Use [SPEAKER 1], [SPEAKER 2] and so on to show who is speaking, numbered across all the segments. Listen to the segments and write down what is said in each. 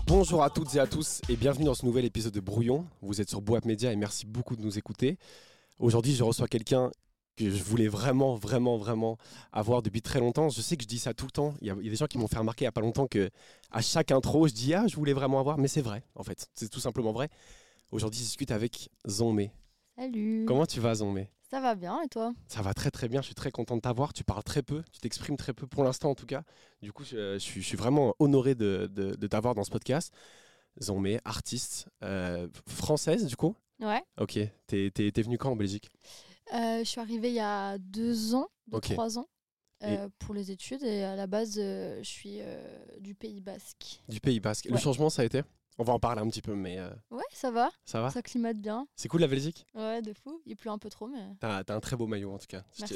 [SPEAKER 1] Bonjour à toutes et à tous et bienvenue dans ce nouvel épisode de Brouillon. Vous êtes sur Boap Media et merci beaucoup de nous écouter. Aujourd'hui, je reçois quelqu'un que je voulais vraiment avoir depuis très longtemps. Je sais que je dis ça tout le temps. Il y a des gens qui m'ont fait remarquer il n'y a pas longtemps que à chaque intro, je dis « Ah, je voulais vraiment avoir », mais c'est vrai, en fait. C'est tout simplement vrai. Aujourd'hui, je discute avec Zonmé.
[SPEAKER 2] Salut.
[SPEAKER 1] Comment tu vas, Zonmé ?
[SPEAKER 2] Ça va bien et toi ?
[SPEAKER 1] Ça va très bien, je suis très content de t'avoir. Tu parles très peu, tu t'exprimes très peu pour l'instant en tout cas. Du coup, je suis vraiment honoré de t'avoir dans ce podcast. Zonmé, artiste française du coup.
[SPEAKER 2] Ouais.
[SPEAKER 1] Ok, t'es venue quand en Belgique ?
[SPEAKER 2] Je suis arrivée il y a 2 ans,
[SPEAKER 1] Ok.
[SPEAKER 2] 3 ans,
[SPEAKER 1] Et-
[SPEAKER 2] pour les études. Et à la base, je suis du Pays Basque.
[SPEAKER 1] Du Pays Basque. Le
[SPEAKER 2] Ouais.
[SPEAKER 1] changement, ça a été ? On va en parler un petit peu, mais
[SPEAKER 2] Ouais, ça va.
[SPEAKER 1] ça va ?
[SPEAKER 2] Ça climate bien.
[SPEAKER 1] C'est cool la Belgique ?
[SPEAKER 2] Ouais, de fou. Il pleut un peu trop, mais...
[SPEAKER 1] T'as un très beau maillot en tout cas.
[SPEAKER 2] Merci.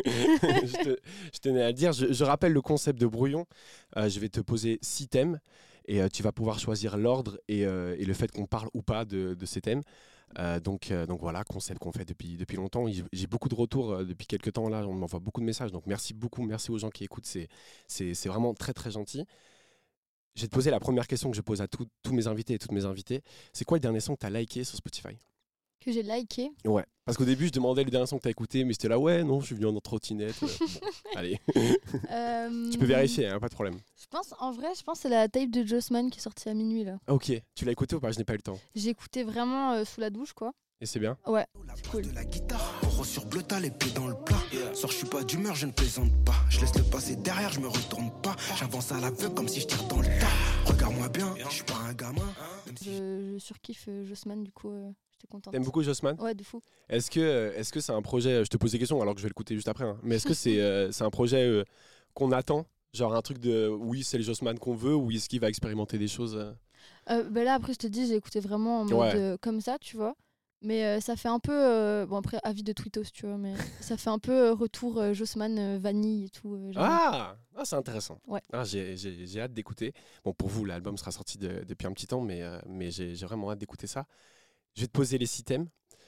[SPEAKER 1] Je tenais à le dire. Je rappelle le concept de Brouillon. Je vais te poser 6 thèmes et tu vas pouvoir choisir l'ordre et le fait qu'on parle ou pas de ces thèmes. Donc voilà, concept qu'on fait depuis longtemps. J'ai beaucoup de retours depuis quelques temps là. On m'envoie beaucoup de messages. Donc merci beaucoup. Merci aux gens qui écoutent. C'est vraiment très gentil. Je vais te poser la première question que je pose à tous mes invités et toutes mes invitées. C'est quoi le dernier son que tu as liké sur Spotify ?
[SPEAKER 2] Que j'ai liké.
[SPEAKER 1] Ouais, parce qu'au début, je demandais le dernier son que tu as écouté, mais c'était là, ouais, non, je suis venu en trottinette. Bon, allez, tu peux vérifier, hein, pas de problème.
[SPEAKER 2] Je pense que c'est la tape de Jossman qui est sortie à minuit, là.
[SPEAKER 1] Ok, tu l'as écouté ou pas ? Je n'ai pas eu le temps.
[SPEAKER 2] J'ai écouté vraiment sous la douche, quoi.
[SPEAKER 1] Et c'est bien ?
[SPEAKER 2] Ouais,
[SPEAKER 3] La
[SPEAKER 2] c'est
[SPEAKER 3] base
[SPEAKER 2] cool.
[SPEAKER 3] de la guitare, rose sur bleu, t'as les pieds dans le plat. Soir, je suis pas d'humeur, je ne plaisante pas. Je laisse le passé derrière, je me retourne pas. J'avance à l'aveugle comme si je tire dans le tas. Regarde-moi bien, je suis pas un gamin. Même si
[SPEAKER 2] Je surkiffe Jossman, du coup, j'étais contente.
[SPEAKER 1] T'aimes beaucoup Jossman ?
[SPEAKER 2] Ouais, de fou.
[SPEAKER 1] Est-ce que c'est un projet, je te pose des questions alors que je vais l'écouter juste après, hein, mais est-ce que c'est un projet qu'on attend ? Genre un truc de, oui, c'est le Jossman qu'on veut, ou est-ce qu'il va expérimenter des choses
[SPEAKER 2] Bah là, après, je te dis, j'ai écouté vraiment en mode
[SPEAKER 1] Ouais.
[SPEAKER 2] comme ça, tu vois. Mais ça fait un peu. Bon, après, avis de Twittos, tu vois. Mais ça fait un peu retour Jossman, vanille et tout. J'aime bien.
[SPEAKER 1] Ah, c'est intéressant.
[SPEAKER 2] Ouais.
[SPEAKER 1] Ah, j'ai hâte d'écouter. Bon, pour vous, l'album sera sorti depuis un petit temps, mais j'ai vraiment hâte d'écouter ça. Je vais te poser les 6 thèmes.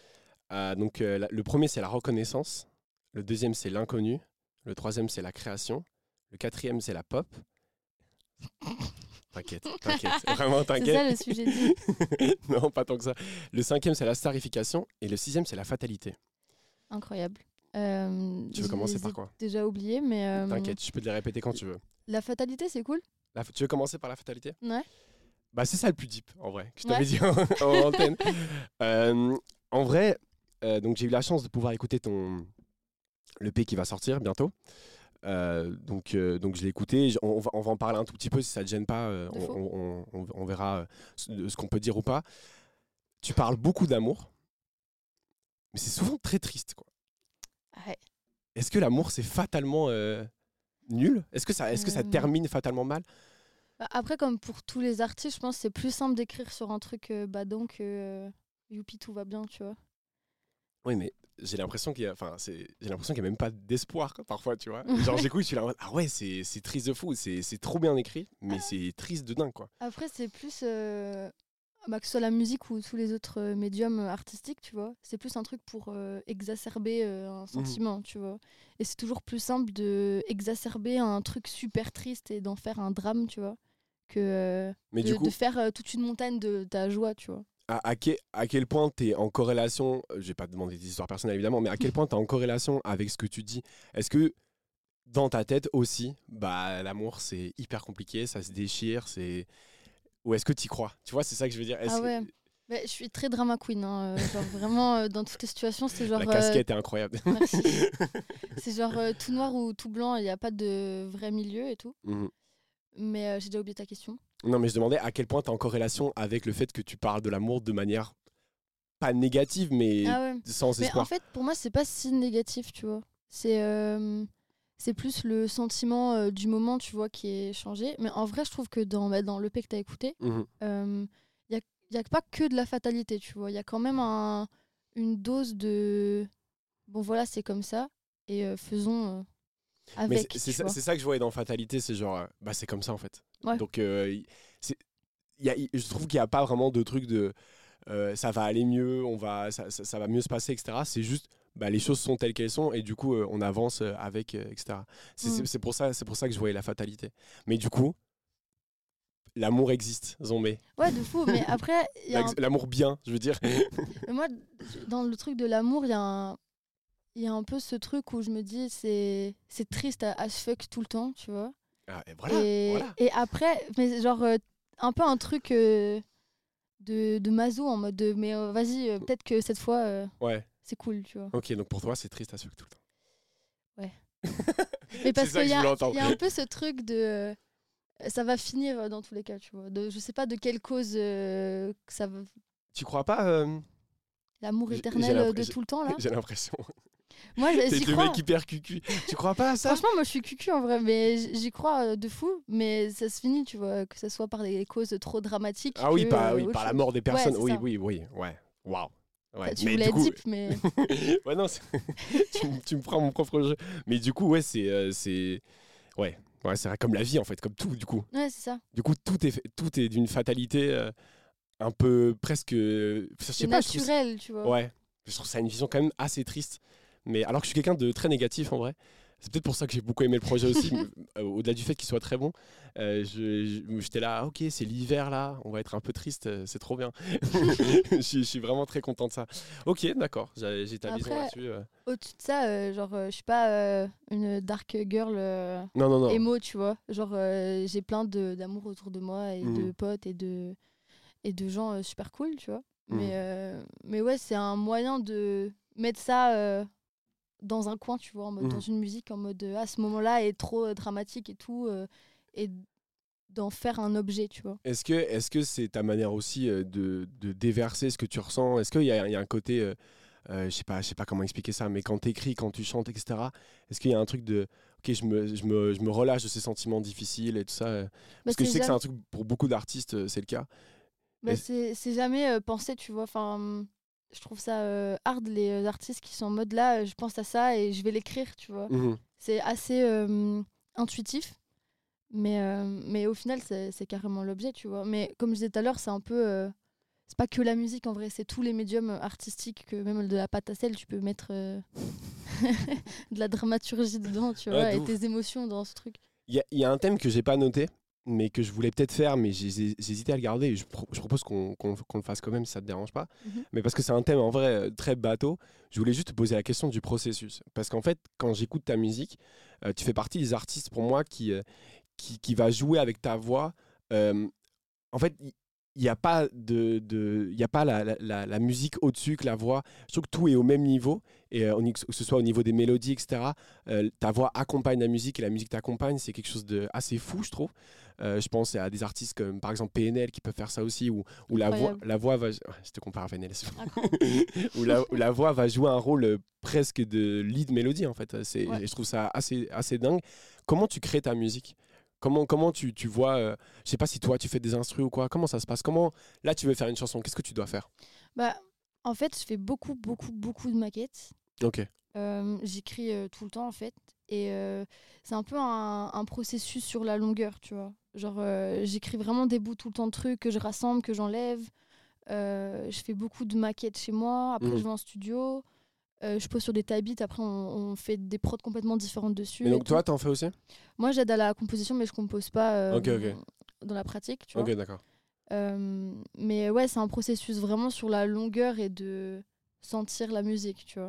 [SPEAKER 1] Le premier, c'est la reconnaissance. Le deuxième, c'est l'inconnu. Le troisième, c'est la création. Le quatrième, c'est la pop. T'inquiète. Vraiment,
[SPEAKER 2] C'est
[SPEAKER 1] t'inquiète.
[SPEAKER 2] ça le sujet dit.
[SPEAKER 1] Non, pas tant que ça. Le cinquième, c'est la starification. Et le sixième, c'est la fatalité.
[SPEAKER 2] Incroyable.
[SPEAKER 1] Tu veux
[SPEAKER 2] Je
[SPEAKER 1] commencer
[SPEAKER 2] les
[SPEAKER 1] par
[SPEAKER 2] ai
[SPEAKER 1] quoi ?
[SPEAKER 2] déjà oublié, mais.
[SPEAKER 1] T'inquiète, je peux te les répéter quand tu veux.
[SPEAKER 2] La fatalité, c'est cool.
[SPEAKER 1] Tu veux commencer par la fatalité ?
[SPEAKER 2] Ouais.
[SPEAKER 1] Bah, c'est ça le plus deep, en vrai, que je t'avais
[SPEAKER 2] Ouais.
[SPEAKER 1] dit en antenne. En vrai, donc j'ai eu la chance de pouvoir écouter l'EP qui va sortir bientôt. Donc je l'ai écouté. On va en parler un tout petit peu si ça te gêne pas.
[SPEAKER 2] De fou.
[SPEAKER 1] On verra ce qu'on peut dire ou pas. Tu parles beaucoup d'amour, mais c'est souvent très triste, quoi.
[SPEAKER 2] Ouais.
[SPEAKER 1] Est-ce que l'amour c'est fatalement nul ? Est-ce que ça termine fatalement mal ?
[SPEAKER 2] Bah, après, comme pour tous les artistes, je pense que c'est plus simple d'écrire sur un truc badant que youpi, tout va bien, tu vois.
[SPEAKER 1] Oui, mais j'ai l'impression qu'il y a même pas d'espoir, quoi, parfois, tu vois. Genre j'écoute, je suis là en mode, ah ouais, c'est triste de fou, c'est trop bien écrit, mais c'est triste de dingue, quoi.
[SPEAKER 2] Après, c'est plus. Que ce soit la musique ou tous les autres médiums artistiques, tu vois. C'est plus un truc pour exacerber un sentiment, tu vois. Et c'est toujours plus simple de exacerber un truc super triste et d'en faire un drame, tu vois, que
[SPEAKER 1] Mais du coup,
[SPEAKER 2] de faire toute une montagne de ta joie, tu vois.
[SPEAKER 1] à quel point tu es en corrélation, je vais pas te demander des histoires personnelles évidemment, mais à quel point tu es en corrélation avec ce que tu dis ? Est-ce que dans ta tête aussi, bah l'amour c'est hyper compliqué, ça se déchire, ou est-ce que tu y crois ? Tu vois, c'est ça que je veux dire.
[SPEAKER 2] Ah ouais. Bah, je suis très drama queen, hein, genre vraiment dans toutes les situations, c'est genre.
[SPEAKER 1] La casquette est incroyable.
[SPEAKER 2] Merci. C'est genre tout noir ou tout blanc, il n'y a pas de vrai milieu et tout.
[SPEAKER 1] Mhm.
[SPEAKER 2] Mais j'ai déjà oublié ta question.
[SPEAKER 1] Non, mais je demandais à quel point tu es en corrélation avec le fait que tu parles de l'amour de manière pas négative, mais
[SPEAKER 2] Ah ouais.
[SPEAKER 1] sans
[SPEAKER 2] Mais
[SPEAKER 1] espoir.
[SPEAKER 2] en fait, pour moi, c'est pas si négatif, tu vois. C'est plus le sentiment du moment, tu vois, qui est changé. Mais en vrai, je trouve que dans l'EP que t'as écouté,
[SPEAKER 1] Mhm.
[SPEAKER 2] il y a pas que de la fatalité, tu vois. Il y a quand même une dose de... Bon, voilà, c'est comme ça. Et faisons
[SPEAKER 1] Mais
[SPEAKER 2] avec, tu vois.
[SPEAKER 1] c'est ça que je voyais dans Fatalité, c'est genre, bah c'est comme ça en fait.
[SPEAKER 2] Ouais.
[SPEAKER 1] Donc, je trouve qu'il n'y a pas vraiment de truc de ça va aller mieux, ça va mieux se passer, etc. C'est juste, bah, les choses sont telles qu'elles sont et du coup, on avance avec, etc. C'est pour ça que je voyais la fatalité. Mais du coup, l'amour existe, Zombie.
[SPEAKER 2] Ouais, de fou. Mais après, il y a
[SPEAKER 1] L'amour bien, je veux dire.
[SPEAKER 2] Mais moi, dans le truc de l'amour, il y a un peu ce truc où je me dis c'est triste as fuck tout le temps, tu vois.
[SPEAKER 1] Ah, et voilà.
[SPEAKER 2] Et après, mais genre un peu un truc de maso en mode mais vas-y, peut-être que cette fois c'est cool, tu vois.
[SPEAKER 1] Ok, donc pour toi c'est triste as fuck tout le temps.
[SPEAKER 2] Ouais. Mais parce
[SPEAKER 1] C'est ça
[SPEAKER 2] qu'il
[SPEAKER 1] que
[SPEAKER 2] y a un peu ce truc de ça va finir dans tous les cas, tu vois. Je sais pas de quelle cause que ça va.
[SPEAKER 1] Tu crois pas
[SPEAKER 2] L'amour éternel de tout le temps là.
[SPEAKER 1] J'ai l'impression.
[SPEAKER 2] Moi, j'y
[SPEAKER 1] T'es le
[SPEAKER 2] crois.
[SPEAKER 1] mec hyper cucu. Tu crois pas à ça?
[SPEAKER 2] Franchement, moi, je suis cucu en vrai, mais j'y crois de fou. Mais ça se finit, tu vois, que ce soit par des causes trop dramatiques.
[SPEAKER 1] Ah oui,
[SPEAKER 2] que,
[SPEAKER 1] par la mort des personnes.
[SPEAKER 2] Ouais,
[SPEAKER 1] oui, ouais. Waouh. Ouais.
[SPEAKER 2] Tu voulais être deep, mais.
[SPEAKER 1] Ouais, non, tu me prends mon propre jeu. Mais du coup, ouais, c'est. Ouais, c'est vrai, comme la vie en fait, comme tout, du coup.
[SPEAKER 2] Ouais, c'est ça.
[SPEAKER 1] Du coup, tout est d'une fatalité un peu presque. Je sais pas,
[SPEAKER 2] naturel, tu vois.
[SPEAKER 1] Ouais, je trouve ça une vision quand même assez triste. Mais alors que je suis quelqu'un de très négatif en vrai. C'est peut-être pour ça que j'ai beaucoup aimé le projet aussi, au-delà du fait qu'il soit très bon. J'étais là, ok, c'est l'hiver là, on va être un peu triste, c'est trop bien. Je suis vraiment très content de ça. Ok, d'accord, j'ai ta vision là-dessus.
[SPEAKER 2] Au-dessus de ça, genre, je suis pas une dark girl
[SPEAKER 1] non.
[SPEAKER 2] émo, tu vois. Genre, j'ai plein d'amour autour de moi et de potes et de gens super cool, tu vois. Mais ouais, c'est un moyen de mettre ça dans un coin, tu vois, en mode, dans une musique, en mode à ce moment-là est trop dramatique et tout, et d'en faire un objet, tu vois.
[SPEAKER 1] Est-ce que c'est ta manière aussi de déverser ce que tu ressens? Est-ce qu'il y a un côté, je sais pas comment expliquer ça, mais quand t'écris, quand tu chantes, etc., est-ce qu'il y a un truc de, ok, je me relâche de ces sentiments difficiles et tout ça parce que je sais que c'est un truc pour beaucoup d'artistes, c'est le cas.
[SPEAKER 2] C'est jamais pensé, tu vois, enfin. Je trouve ça hard, les artistes qui sont en mode là, je pense à ça et je vais l'écrire, tu vois. C'est assez intuitif, mais au final, c'est carrément l'objet, tu vois. Mais comme je disais tout à l'heure, c'est un peu. C'est pas que la musique en vrai, c'est tous les médiums artistiques, que même de la pâte à sel, tu peux mettre de la dramaturgie dedans, tu vois, et tes émotions dans ce truc.
[SPEAKER 1] Il y a un thème que j'ai pas noté, mais que je voulais peut-être faire, mais j'hésitais à le garder. Et je propose qu'on le fasse quand même, si ça te dérange pas. Mais parce que c'est un thème en vrai très bateau, je voulais juste te poser la question du processus. Parce qu'en fait, quand j'écoute ta musique, tu fais partie des artistes pour moi qui va jouer avec ta voix. En fait, il n'y a pas, y a pas la musique au-dessus que la voix. Je trouve que tout est au même niveau, et que ce soit au niveau des mélodies, etc. Ta voix accompagne la musique et la musique t'accompagne. C'est quelque chose de assez fou, je trouve. Je pense à des artistes comme par exemple PNL qui peuvent faire ça aussi, où la voix va. Je te compare à PNL, où la voix va jouer un rôle presque de lead mélodie en fait. Et je trouve ça assez dingue. Comment tu crées ta musique? Comment tu vois, je sais pas si toi tu fais des instrus ou quoi, comment ça se passe? Comment, là tu veux faire une chanson, qu'est-ce que tu dois faire?
[SPEAKER 2] Bah, en fait, je fais beaucoup de maquettes.
[SPEAKER 1] Ok.
[SPEAKER 2] J'écris tout le temps en fait. Et c'est un peu un processus sur la longueur, tu vois. Genre, j'écris vraiment des bouts tout le temps de trucs que je rassemble, que j'enlève. Je fais beaucoup de maquettes chez moi. Après, je vais en studio. Je pose sur des type beats, après on fait des prods complètement différentes dessus.
[SPEAKER 1] Mais donc toi, t'en fais aussi?
[SPEAKER 2] Moi, j'aide à la composition, mais je compose pas dans la pratique, tu vois.
[SPEAKER 1] Ok, d'accord.
[SPEAKER 2] Mais ouais, c'est un processus vraiment sur la longueur et de sentir la musique, tu vois.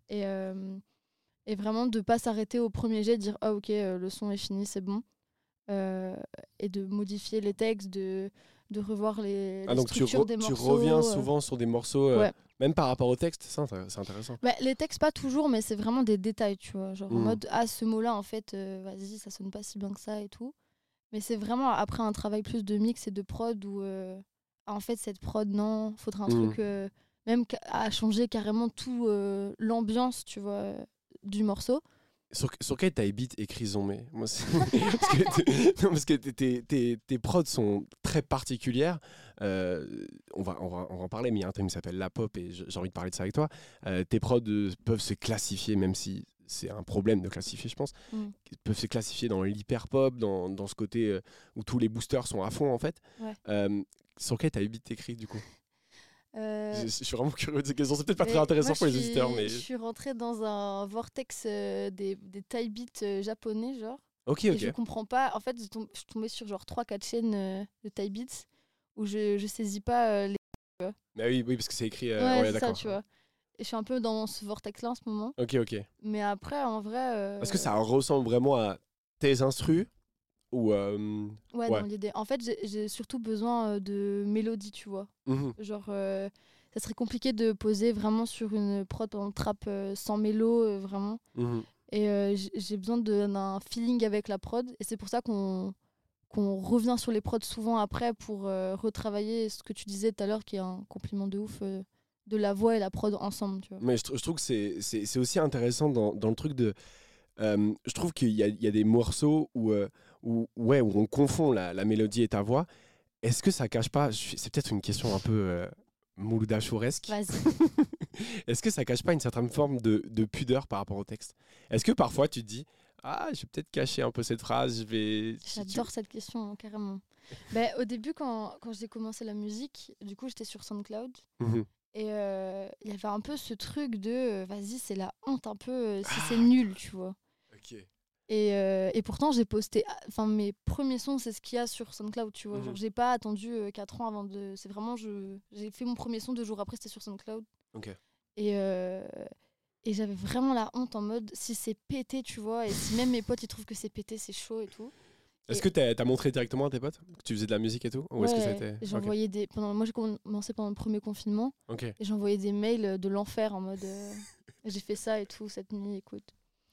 [SPEAKER 2] Et vraiment de pas s'arrêter au premier jet, de dire ah ok, le son est fini, c'est bon. Et de modifier les textes, de revoir les structures des morceaux.
[SPEAKER 1] Tu reviens souvent sur des morceaux, même par rapport au texte, ça, c'est intéressant.
[SPEAKER 2] Bah, les textes, pas toujours, mais c'est vraiment des détails, tu vois. Genre en mode, ah, ce mot-là, en fait, vas-y, ça sonne pas si bien que ça et tout. Mais c'est vraiment après un travail plus de mix et de prod où, en fait, cette prod, non, faudrait un truc, même à changer carrément tout l'ambiance, tu vois, du morceau.
[SPEAKER 1] Sur quel type beat écrit Zombie? Moi, parce que tes prods sont très particulières. On va en parler, mais il y a un thème qui s'appelle la pop et j'ai envie de parler de ça avec toi. Tes prods peuvent se classifier, même si c'est un problème de classifier, je pense. Ils peuvent se classifier dans l'hyper pop, dans ce côté où tous les boosters sont à fond, en fait. Sur quel type beat t'écris, du coup? Je suis vraiment curieux de ces questions. C'est peut-être pas très intéressant pour les auditeurs, mais
[SPEAKER 2] je suis rentrée dans un vortex des type beats japonais, genre.
[SPEAKER 1] Ok,
[SPEAKER 2] Et
[SPEAKER 1] ok.
[SPEAKER 2] je comprends pas. En fait, je suis tombée sur genre 3-4 chaînes de Thai Beats où je saisis pas les.
[SPEAKER 1] Mais oui, parce que c'est écrit.
[SPEAKER 2] Ouais,
[SPEAKER 1] Ouais,
[SPEAKER 2] c'est ça,
[SPEAKER 1] d'accord.
[SPEAKER 2] tu vois. Et je suis un peu dans ce vortex-là en ce moment.
[SPEAKER 1] Ok, ok.
[SPEAKER 2] Mais après, en vrai.
[SPEAKER 1] Est-ce que ça ressemble vraiment à tes instrus ou
[SPEAKER 2] Ouais,
[SPEAKER 1] ouais.
[SPEAKER 2] dans l'idée. En fait, j'ai surtout besoin de mélodie, tu vois.
[SPEAKER 1] Mhm.
[SPEAKER 2] Genre, ça serait compliqué de poser vraiment sur une prod en trap sans mélo, vraiment.
[SPEAKER 1] Mhm.
[SPEAKER 2] Et j'ai besoin d'un feeling avec la prod. Et c'est pour ça qu'on revient sur les prods souvent après pour retravailler ce que tu disais tout à l'heure, qui est un compliment de ouf, de la voix et la prod ensemble, tu vois.
[SPEAKER 1] Mais je trouve que c'est aussi intéressant dans le truc de. Je trouve qu'il y a des morceaux ouais, où on confond la mélodie et ta voix. Est-ce que ça cache pas. C'est peut-être une question un peu Mouloud Achouresque.
[SPEAKER 2] Vas-y.
[SPEAKER 1] Est-ce que ça cache pas une certaine forme de pudeur par rapport au texte? Est-ce que parfois tu te dis ah, je vais peut-être cacher un peu cette phrase, je vais.
[SPEAKER 2] J'adore cette question, carrément. Au début, quand j'ai commencé la musique, du coup, j'étais sur SoundCloud.
[SPEAKER 1] Mhm.
[SPEAKER 2] Et il y avait un peu ce truc de vas-y, c'est la honte un peu si c'est
[SPEAKER 1] Ah,
[SPEAKER 2] nul, tu vois.
[SPEAKER 1] ok.
[SPEAKER 2] Et pourtant, j'ai posté. Enfin, mes premiers sons, c'est ce qu'il y a sur SoundCloud, tu vois.
[SPEAKER 1] Mhm.
[SPEAKER 2] Genre, j'ai pas attendu 4 ans avant de. C'est vraiment. J'ai fait mon premier son 2 jours après, c'était sur SoundCloud.
[SPEAKER 1] Ok.
[SPEAKER 2] Et j'avais vraiment la honte en mode si c'est pété, tu vois. Et si même mes potes ils trouvent que c'est pété, c'est chaud et tout.
[SPEAKER 1] Est-ce
[SPEAKER 2] Et-
[SPEAKER 1] que t'as montré directement à tes potes que tu faisais de la musique et tout? Ou est-ce que ça a
[SPEAKER 2] Ouais,
[SPEAKER 1] été.
[SPEAKER 2] j'envoyais des. Moi, j'ai commencé pendant le premier confinement.
[SPEAKER 1] Ok.
[SPEAKER 2] Et j'envoyais des mails de l'enfer en mode j'ai fait ça et tout cette nuit, écoute.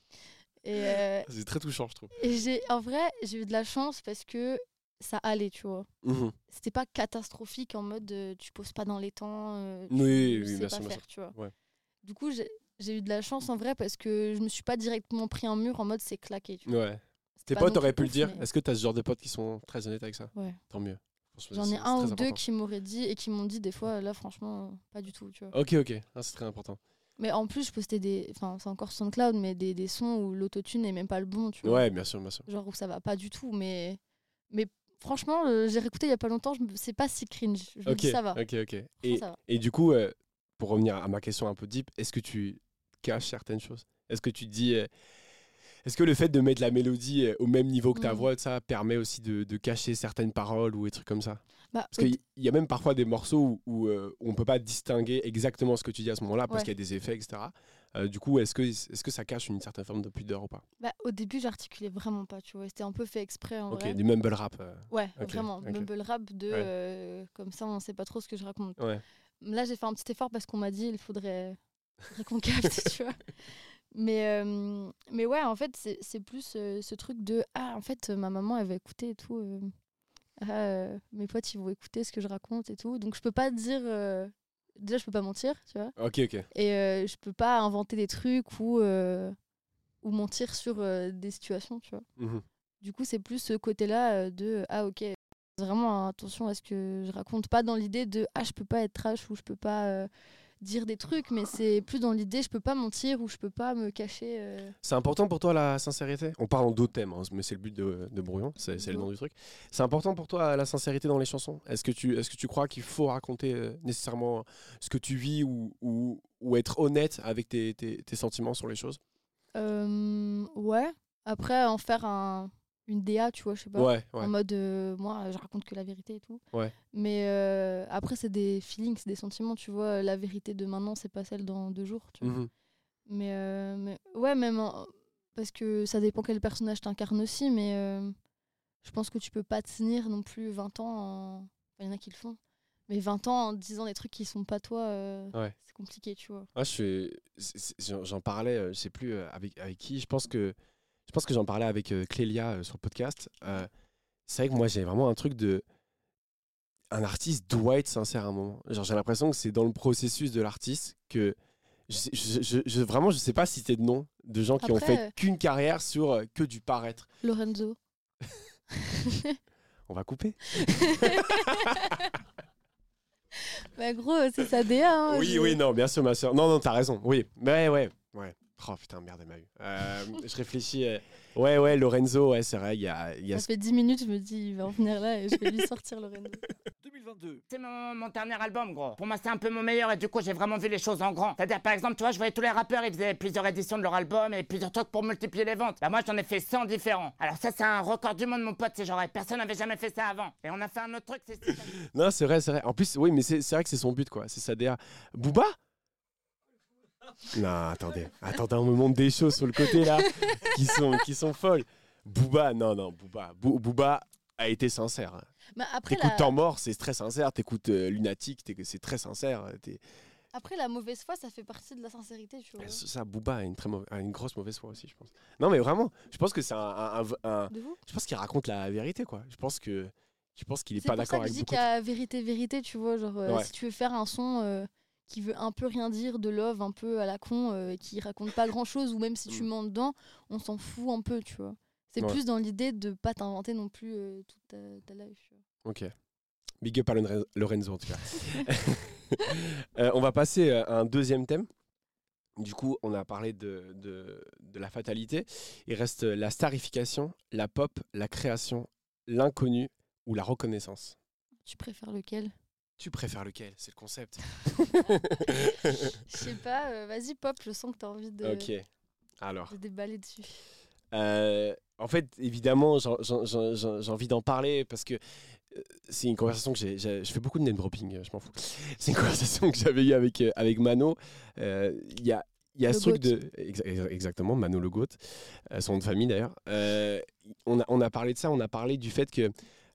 [SPEAKER 2] Et
[SPEAKER 1] C'est très touchant, je trouve.
[SPEAKER 2] en vrai, j'ai eu de la chance parce que ça allait, tu vois.
[SPEAKER 1] Mhm.
[SPEAKER 2] C'était pas catastrophique en mode tu poses pas dans les temps, tu
[SPEAKER 1] Oui,
[SPEAKER 2] sais
[SPEAKER 1] bien
[SPEAKER 2] pas
[SPEAKER 1] sûr, bien
[SPEAKER 2] faire,
[SPEAKER 1] sûr.
[SPEAKER 2] tu vois.
[SPEAKER 1] Ouais.
[SPEAKER 2] Du coup, j'ai eu de la chance en vrai parce que je me suis pas directement pris un mur en mode c'est claqué, tu vois.
[SPEAKER 1] Ouais.
[SPEAKER 2] C'était
[SPEAKER 1] Tes
[SPEAKER 2] pas
[SPEAKER 1] potes
[SPEAKER 2] non
[SPEAKER 1] auraient pu
[SPEAKER 2] plus
[SPEAKER 1] le
[SPEAKER 2] ouf,
[SPEAKER 1] dire.
[SPEAKER 2] mais-
[SPEAKER 1] Est-ce que t'as ce genre de potes qui sont très honnêtes avec ça?
[SPEAKER 2] Ouais.
[SPEAKER 1] Tant mieux. Franchement,
[SPEAKER 2] J'en ai
[SPEAKER 1] c'est
[SPEAKER 2] un ou
[SPEAKER 1] très
[SPEAKER 2] deux
[SPEAKER 1] important.
[SPEAKER 2] qui m'auraient dit et qui m'ont dit des fois là franchement pas du tout, tu vois.
[SPEAKER 1] Ok, ok. Ah, c'est très important.
[SPEAKER 2] Mais en plus, je postais enfin, c'est encore SoundCloud, mais des sons où l'autotune n'est même pas le bon, tu vois.
[SPEAKER 1] Ouais, bien sûr, bien sûr.
[SPEAKER 2] Genre où ça va pas du tout. Mais franchement, j'ai réécouté il y a pas longtemps, c'est pas si cringe. Je me
[SPEAKER 1] Ok,
[SPEAKER 2] dis ça va.
[SPEAKER 1] ok, ok.
[SPEAKER 2] Franchement, ça va.
[SPEAKER 1] Et du coup, pour revenir à ma question un peu deep, est-ce que tu caches certaines choses? Est-ce que tu dis. Est-ce que le fait de mettre la mélodie au même niveau que ta
[SPEAKER 2] Mm.
[SPEAKER 1] voix, ça permet aussi de cacher certaines paroles ou des trucs comme ça?
[SPEAKER 2] Bah,
[SPEAKER 1] Parce qu'il y a même parfois des morceaux où on peut pas distinguer exactement ce que tu dis à ce moment-là parce
[SPEAKER 2] Ouais.
[SPEAKER 1] qu'il y a des effets, etc. Du coup, est-ce que ça cache une certaine forme de pudeur ou pas?
[SPEAKER 2] au début, j'articulais vraiment pas, tu vois. C'était un peu fait exprès en
[SPEAKER 1] Ok,
[SPEAKER 2] vrai.
[SPEAKER 1] du mumble rap.
[SPEAKER 2] Ouais,
[SPEAKER 1] ok,
[SPEAKER 2] vraiment.
[SPEAKER 1] ok.
[SPEAKER 2] Mumble rap de comme ça, on sait pas trop ce que je raconte.
[SPEAKER 1] Ouais.
[SPEAKER 2] Là, j'ai fait un petit effort parce qu'on m'a dit il faudrait qu'on capte, tu vois. Mais ouais, en fait, c'est plus ce truc de ah, en fait, ma maman, elle va écouter et tout. Mes potes, ils vont écouter ce que je raconte et tout. Donc, je peux pas dire. Déjà, je peux pas mentir, tu vois.
[SPEAKER 1] Ok, ok.
[SPEAKER 2] Et je peux pas inventer des trucs ou mentir sur des situations, tu vois.
[SPEAKER 1] Mhm.
[SPEAKER 2] Du coup, c'est plus ce côté-là de ah, ok, vraiment attention à ce que je raconte. Pas dans l'idée de ah, je peux pas être trash ou je peux pas dire des trucs, mais c'est plus dans l'idée je peux pas mentir ou je peux pas me cacher.
[SPEAKER 1] C'est important pour toi la sincérité? On parle en d'autres thèmes, hein, mais c'est le but de Brouillon, c'est le nom du truc. C'est important pour toi la sincérité dans les chansons? Est-ce que tu crois qu'il faut raconter nécessairement ce que tu vis ou être honnête avec tes sentiments sur les choses?
[SPEAKER 2] Ouais. Après, en faire une DA, tu vois, je sais pas.
[SPEAKER 1] Ouais, ouais.
[SPEAKER 2] En mode, moi, je raconte que la vérité et tout.
[SPEAKER 1] Ouais.
[SPEAKER 2] Mais après, c'est des feelings, c'est des sentiments, tu vois. La vérité de maintenant, c'est pas celle dans 2 jours, tu vois.
[SPEAKER 1] Mhm.
[SPEAKER 2] Mais ouais, parce que ça dépend quel personnage t'incarnes aussi, mais je pense que tu peux pas tenir non plus 20 ans. Enfin, il y en a qui le font. Mais 20 ans en disant des trucs qui sont pas toi,
[SPEAKER 1] Ouais.
[SPEAKER 2] c'est compliqué, tu vois.
[SPEAKER 1] Ah, j'en parlais, je sais plus avec qui. Je pense que j'en parlais avec Clélia sur le podcast. C'est vrai que moi, j'ai vraiment un truc de. Un artiste doit être sincère à un moment. Genre, j'ai l'impression que c'est dans le processus de l'artiste que. Vraiment, je sais pas si c'est de nom de gens qui ont
[SPEAKER 2] Après,
[SPEAKER 1] fait qu'une carrière sur que du paraître.
[SPEAKER 2] Lorenzo.
[SPEAKER 1] On va couper.
[SPEAKER 2] Bah gros, c'est sa DA. Hein,
[SPEAKER 1] Oui, non, bien sûr, ma soeur. Non, t'as raison. Oui, mais ouais. Oh putain, merde, elle m'a eu. Je réfléchis. Ouais, Lorenzo, ouais, c'est vrai, il y a
[SPEAKER 2] Ça fait 10 minutes, je me dis, il va en venir là et je vais lui sortir Lorenzo.
[SPEAKER 3] 2020
[SPEAKER 4] 2022.
[SPEAKER 5] C'est mon dernier album, gros. Pour moi, c'est un peu mon meilleur et du coup, j'ai vraiment vu les choses en grand. C'est-à-dire, par exemple, tu vois, je voyais tous les rappeurs, ils faisaient plusieurs éditions de leur album et plusieurs trucs pour multiplier les ventes. Bah, moi, j'en ai fait 100 différents. Alors, ça, c'est un record du monde, mon pote. C'est genre, personne n'avait jamais fait ça avant. Et on a fait un autre truc, c'est.
[SPEAKER 1] Non, c'est vrai, c'est vrai. En plus, oui, mais c'est vrai que c'est son but, quoi. C'est sa DA. Booba? Non, attendez, on me montre des choses sur le côté là qui sont folles. Booba, non, Booba a été sincère.
[SPEAKER 2] Mais après,
[SPEAKER 1] T'écoutes Temps Mort, c'est très sincère. T'écoutes Lunatique, c'est très sincère.
[SPEAKER 2] Après, la mauvaise foi, ça fait partie de la sincérité, tu vois.
[SPEAKER 1] Ça, Booba a une grosse mauvaise foi aussi, je pense. Non, mais vraiment, je pense que c'est je pense qu'il raconte la vérité, quoi. Je pense qu'il est pas d'accord avec
[SPEAKER 2] beaucoup. C'est pour ça que je dis
[SPEAKER 1] beaucoup.
[SPEAKER 2] qu'il y a vérité, tu vois. Genre,
[SPEAKER 1] Ouais.
[SPEAKER 2] si tu veux faire un son qui veut un peu rien dire, de love, un peu à la con, qui raconte pas grand-chose, ou même si tu mens dedans, on s'en fout un peu, tu vois. C'est plus dans l'idée de pas t'inventer non plus toute ta life, tu vois.
[SPEAKER 1] Ok. Big up à Lorenzo, en tout cas. On va passer à un deuxième thème. Du coup, on a parlé de la fatalité. Il reste la starification, la pop, la création, l'inconnu ou la reconnaissance.
[SPEAKER 2] Tu préfères lequel ?
[SPEAKER 1] Tu préfères lequel ? C'est le concept.
[SPEAKER 2] Je sais pas, vas-y pop, je sens que tu as envie de,
[SPEAKER 1] Alors.
[SPEAKER 2] de déballer dessus.
[SPEAKER 1] En fait, évidemment, j'ai envie d'en parler parce que c'est une conversation que je fais beaucoup de name dropping, je m'en fous. C'est une conversation que j'avais eue avec Mano. Il y a ce truc de... Exactement, Mano le Goat, son nom de famille d'ailleurs. On a parlé de ça, on a parlé du fait que...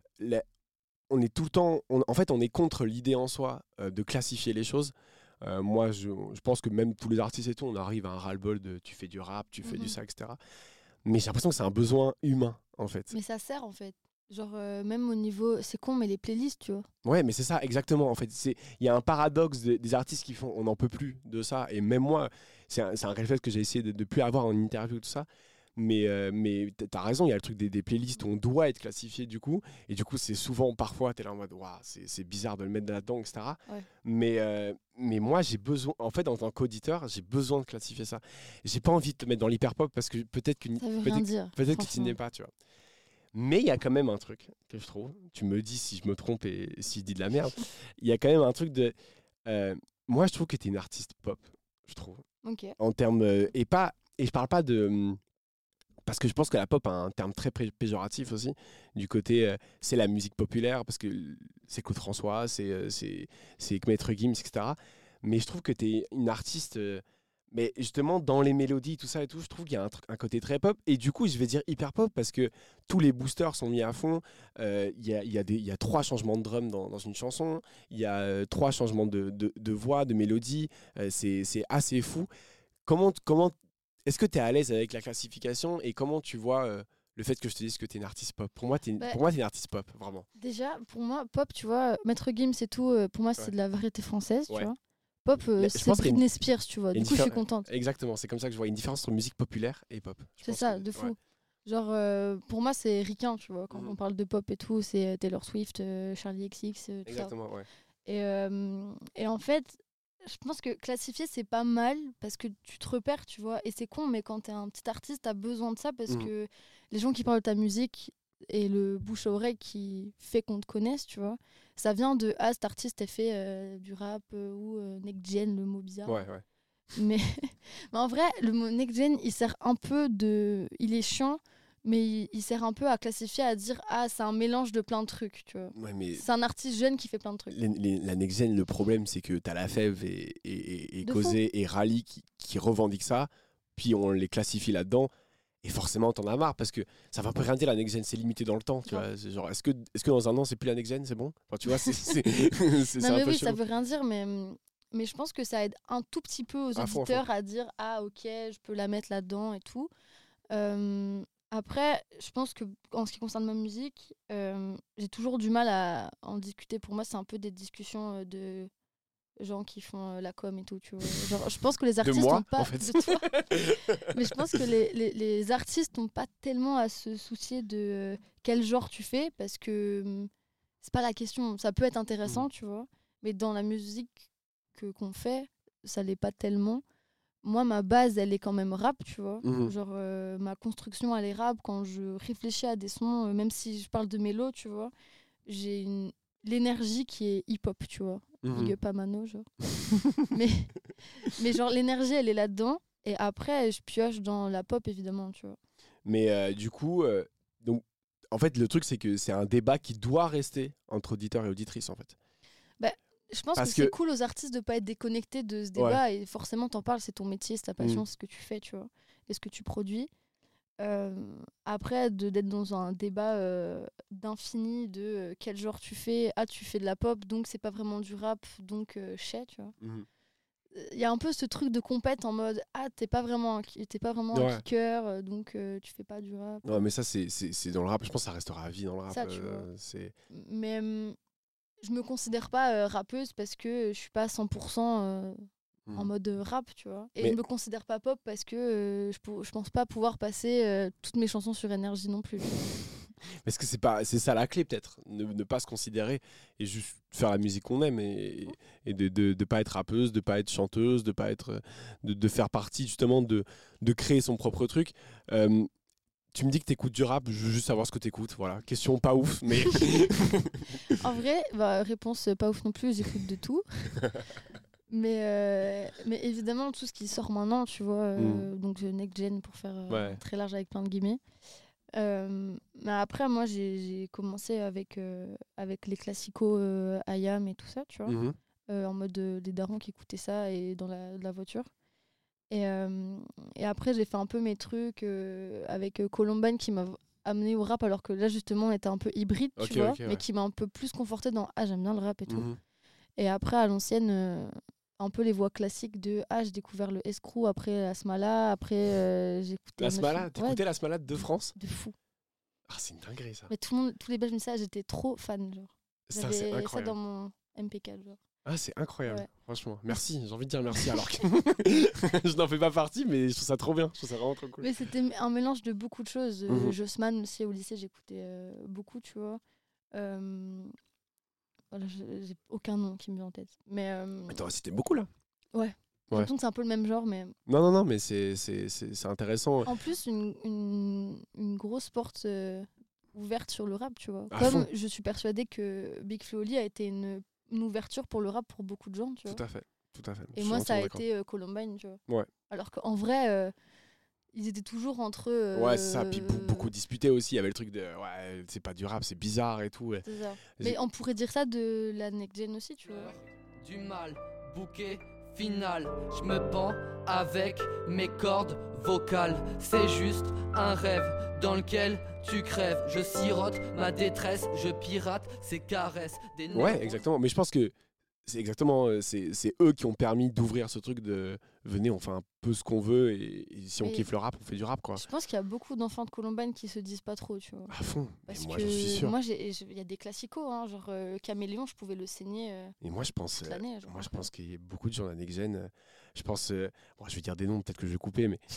[SPEAKER 1] on est tout le temps... en fait, on est contre l'idée en soi de classifier les choses. Moi, je pense que même tous les artistes et tout, on arrive à un ras-le-bol de tu fais du rap, tu fais du ça, etc. Mais j'ai l'impression que c'est un besoin humain, en fait.
[SPEAKER 2] Mais ça sert, en fait. Genre, même au niveau... C'est con, mais les playlists, tu vois.
[SPEAKER 1] Ouais, mais c'est ça, exactement. En fait, il y a un paradoxe des artistes qui font... On n'en peut plus de ça. Et même moi, c'est un réflexe que j'ai essayé de ne plus avoir en interview, tout ça. Mais t'as raison, il y a le truc des playlists où on doit être classifié, du coup. Et du coup, c'est souvent, parfois, t'es là en mode, waouh, c'est bizarre de le mettre là-dedans, etc.
[SPEAKER 2] Ouais.
[SPEAKER 1] Mais moi, j'ai besoin... En fait, en tant qu'auditeur, j'ai besoin de classifier ça. J'ai pas envie de te mettre dans l'hyperpop parce que peut-être que...
[SPEAKER 2] Ça veut rien dire.
[SPEAKER 1] Peut-être que tu n'y es pas, tu vois. Mais il y a quand même un truc que je trouve, tu me dis si je me trompe et si je dis de la merde, il y a quand même un truc de... moi, je trouve que tu es une artiste pop, je trouve.
[SPEAKER 2] Ok.
[SPEAKER 1] En termes... et je parle pas de... Parce que je pense que la pop a un terme très péjoratif aussi, du côté c'est la musique populaire, parce que c'est Claude François, c'est Maître Gims, etc. Mais je trouve que tu es une artiste... mais justement, dans les mélodies, tout ça et tout, je trouve qu'il y a un côté très pop. Et du coup, je vais dire hyper pop parce que tous les boosters sont mis à fond. Il y a 3 changements de drum dans une chanson. Il y a 3 changements de voix, de mélodie. C'est assez fou. Comment est-ce que tu es à l'aise avec la classification et comment tu vois le fait que je te dise que tu es une artiste pop? Pour moi, tu es une artiste pop, vraiment.
[SPEAKER 2] Déjà, pour moi, pop, tu vois, Maître Gims et tout, pour moi, c'est de la variété française, tu vois. Pop, c'est Britney Spears, tu vois. Du coup, je suis contente.
[SPEAKER 1] Exactement, c'est comme ça que je vois une différence entre musique populaire et pop.
[SPEAKER 2] C'est ça, de fou. Ouais. Genre, pour moi, c'est ricain, tu vois. Quand on parle de pop et tout, c'est Taylor Swift, Charlie XX, tout
[SPEAKER 1] exactement,
[SPEAKER 2] ça.
[SPEAKER 1] Ouais.
[SPEAKER 2] Et en fait, je pense que classifier, c'est pas mal parce que tu te repères, tu vois. Et c'est con, mais quand t'es un petit artiste, t'as besoin de ça parce que les gens qui parlent de ta musique et le bouche à oreille qui fait qu'on te connaisse, tu vois, ça vient de cet artiste a fait du rap ou next gen, le mot bizarre.
[SPEAKER 1] Ouais.
[SPEAKER 2] Mais en vrai, le mot next gen, il sert un peu de... Il est chiant, mais il sert un peu à classifier, à dire c'est un mélange de plein de trucs, tu vois.
[SPEAKER 1] Ouais, mais
[SPEAKER 2] c'est un artiste jeune qui fait plein de trucs.
[SPEAKER 1] La next gen, le problème, c'est que t'as la Fève et Causé et Rally qui revendiquent ça, puis on les classifie là-dedans. Et forcément, t'en as marre parce que ça va pas rien dire la next gen, c'est limité dans le temps. Tu vois, c'est genre, est-ce que dans un an, c'est plus la next gen, c'est bon? Enfin, tu vois, c'est
[SPEAKER 2] non, mais
[SPEAKER 1] un peu
[SPEAKER 2] oui,
[SPEAKER 1] chelou.
[SPEAKER 2] ça veut rien dire, mais je pense que ça aide un tout petit peu aux auditeurs à dire ok, je peux la mettre là-dedans et tout. Après, je pense que en ce qui concerne ma musique, j'ai toujours du mal à en discuter. Pour moi, c'est un peu des discussions de gens qui font la com et tout, tu vois. Genre, je pense que les artistes n'ont pas...
[SPEAKER 1] en fait.
[SPEAKER 2] De toi. Mais je pense que les artistes n'ont pas tellement à se soucier de quel genre tu fais, parce que c'est pas la question. Ça peut être intéressant, tu vois, mais dans la musique qu'on fait, ça l'est pas tellement. Moi, ma base, elle est quand même rap, tu vois. Genre, ma construction, elle est rap. Quand je réfléchis à des sons, même si je parle de mélo, tu vois, j'ai l'énergie qui est hip-hop, tu vois.
[SPEAKER 1] Mhm.
[SPEAKER 2] Big up à Mano, genre. mais genre, l'énergie, elle est là-dedans. Et après, je pioche dans la pop, évidemment, tu vois.
[SPEAKER 1] Mais du coup, donc, en fait, le truc, c'est que c'est un débat qui doit rester entre auditeurs et auditrices, en fait.
[SPEAKER 2] Je pense
[SPEAKER 1] Parce
[SPEAKER 2] que c'est
[SPEAKER 1] que-
[SPEAKER 2] cool aux artistes de pas être déconnectés de ce débat. Et forcément, t'en parles, c'est ton métier, c'est ta passion, c'est ce que tu fais, tu vois. Et ce que tu produis. Après, d'être dans un débat d'infini de quel genre tu fais. Ah, tu fais de la pop, donc c'est pas vraiment du rap, donc chais, tu vois. Il y a un peu ce truc de compète en mode ah, t'es pas vraiment un kicker, donc tu fais pas du rap.
[SPEAKER 1] Non, mais ça, c'est dans le rap. Je pense que ça restera à vie dans le rap.
[SPEAKER 2] Ça, tu vois.
[SPEAKER 1] C'est...
[SPEAKER 2] Mais je me considère pas rappeuse parce que je suis pas 100% en mode rap, tu vois. Et
[SPEAKER 1] Mais-
[SPEAKER 2] je me considère pas pop parce que je pense pas pouvoir passer toutes mes chansons sur énergie non plus.
[SPEAKER 1] Est-ce que c'est ça la clé, peut-être, ne pas se considérer et juste faire la musique qu'on aime et de pas être rappeuse, de pas être chanteuse, de pas être de faire partie justement de créer son propre truc. Tu me dis que t'écoutes du rap, je veux juste savoir ce que t'écoutes. Voilà, question pas ouf, mais
[SPEAKER 2] En vrai, réponse pas ouf non plus, j'écoute de tout. Mais évidemment, tout ce qui sort maintenant, tu vois, donc next gen pour faire très large avec plein de guillemets. Mais après, moi, j'ai commencé avec les classicos IAM et tout ça, tu vois, en mode les darons qui écoutaient ça et dans la voiture. Et après, j'ai fait un peu mes trucs avec Columbine qui m'a amené au rap, alors que là, justement, on était un peu hybride, tu vois, mais qui m'a un peu plus conforté dans « Ah, j'aime bien le rap et tout ». Et après, à l'ancienne, un peu les voix classiques de « Ah, j'ai découvert le escroc, après la Smala, après j'ai écouté… »
[SPEAKER 1] La Smala, t'écoutais la Smala de France ?
[SPEAKER 2] De fou.
[SPEAKER 1] Ah, c'est une dinguerie, ça.
[SPEAKER 2] Mais tous les Belges me disaient ça, j'étais trop fan, genre.
[SPEAKER 1] Ça, c'est
[SPEAKER 2] J'avais ça
[SPEAKER 1] incroyable.
[SPEAKER 2] dans mon MP4, genre.
[SPEAKER 1] Ah, c'est incroyable,
[SPEAKER 2] Ouais.
[SPEAKER 1] franchement. Merci, j'ai envie de dire merci alors que je n'en fais pas partie, mais je trouve ça trop bien. Je trouve ça vraiment trop cool.
[SPEAKER 2] Mais c'était un mélange de beaucoup de choses. Jossman aussi, au lycée, j'écoutais beaucoup, tu vois. Voilà, j'ai aucun nom qui me vient en tête. Mais
[SPEAKER 1] t'en as cité beaucoup, là.
[SPEAKER 2] Ouais. J'ai l'impression que c'est un peu le même genre, mais…
[SPEAKER 1] Non, mais c'est intéressant.
[SPEAKER 2] En plus, une grosse porte ouverte sur le rap, tu vois.
[SPEAKER 1] À
[SPEAKER 2] Comme
[SPEAKER 1] fond.
[SPEAKER 2] je suis persuadée que Big Flo Oli a été une ouverture pour le rap pour beaucoup de gens, tu vois.
[SPEAKER 1] Tout à fait.
[SPEAKER 2] Et moi, ça a été Columbine, tu vois.
[SPEAKER 1] Ouais.
[SPEAKER 2] Alors qu'en vrai, ils étaient toujours entre eux.
[SPEAKER 1] Ouais, c'est ça. Puis beaucoup disputés aussi. Il y avait le truc de ouais, c'est pas du rap, c'est bizarre et tout. Ouais.
[SPEAKER 2] C'est ça. Mais on pourrait dire ça de la next gen aussi, tu vois.
[SPEAKER 4] Du mal, bouquet final. Je me pends avec mes cordes vocales. C'est juste un rêve dans lequel tu crèves. Je sirote ma détresse, je pirate ces caresses.
[SPEAKER 1] Ouais, exactement. Mais je pense que c'est exactement c'est eux qui ont permis d'ouvrir ce truc de venez, on fait un peu ce qu'on veut et si on kiffe le rap, on fait du rap, quoi.
[SPEAKER 2] Je pense qu'il y a beaucoup d'enfants de Columbine qui se disent pas trop, tu vois.
[SPEAKER 1] À fond.
[SPEAKER 2] Parce
[SPEAKER 1] moi,
[SPEAKER 2] que
[SPEAKER 1] j'en suis sûr.
[SPEAKER 2] moi, il y a des classicos, hein, genre Caméléon, je pouvais le saigner.
[SPEAKER 1] Et moi, je pense,
[SPEAKER 2] je
[SPEAKER 1] pense qu'il y a beaucoup de gens dans la next gen. Je pense, bon, je vais dire des noms, peut-être que je vais couper, mais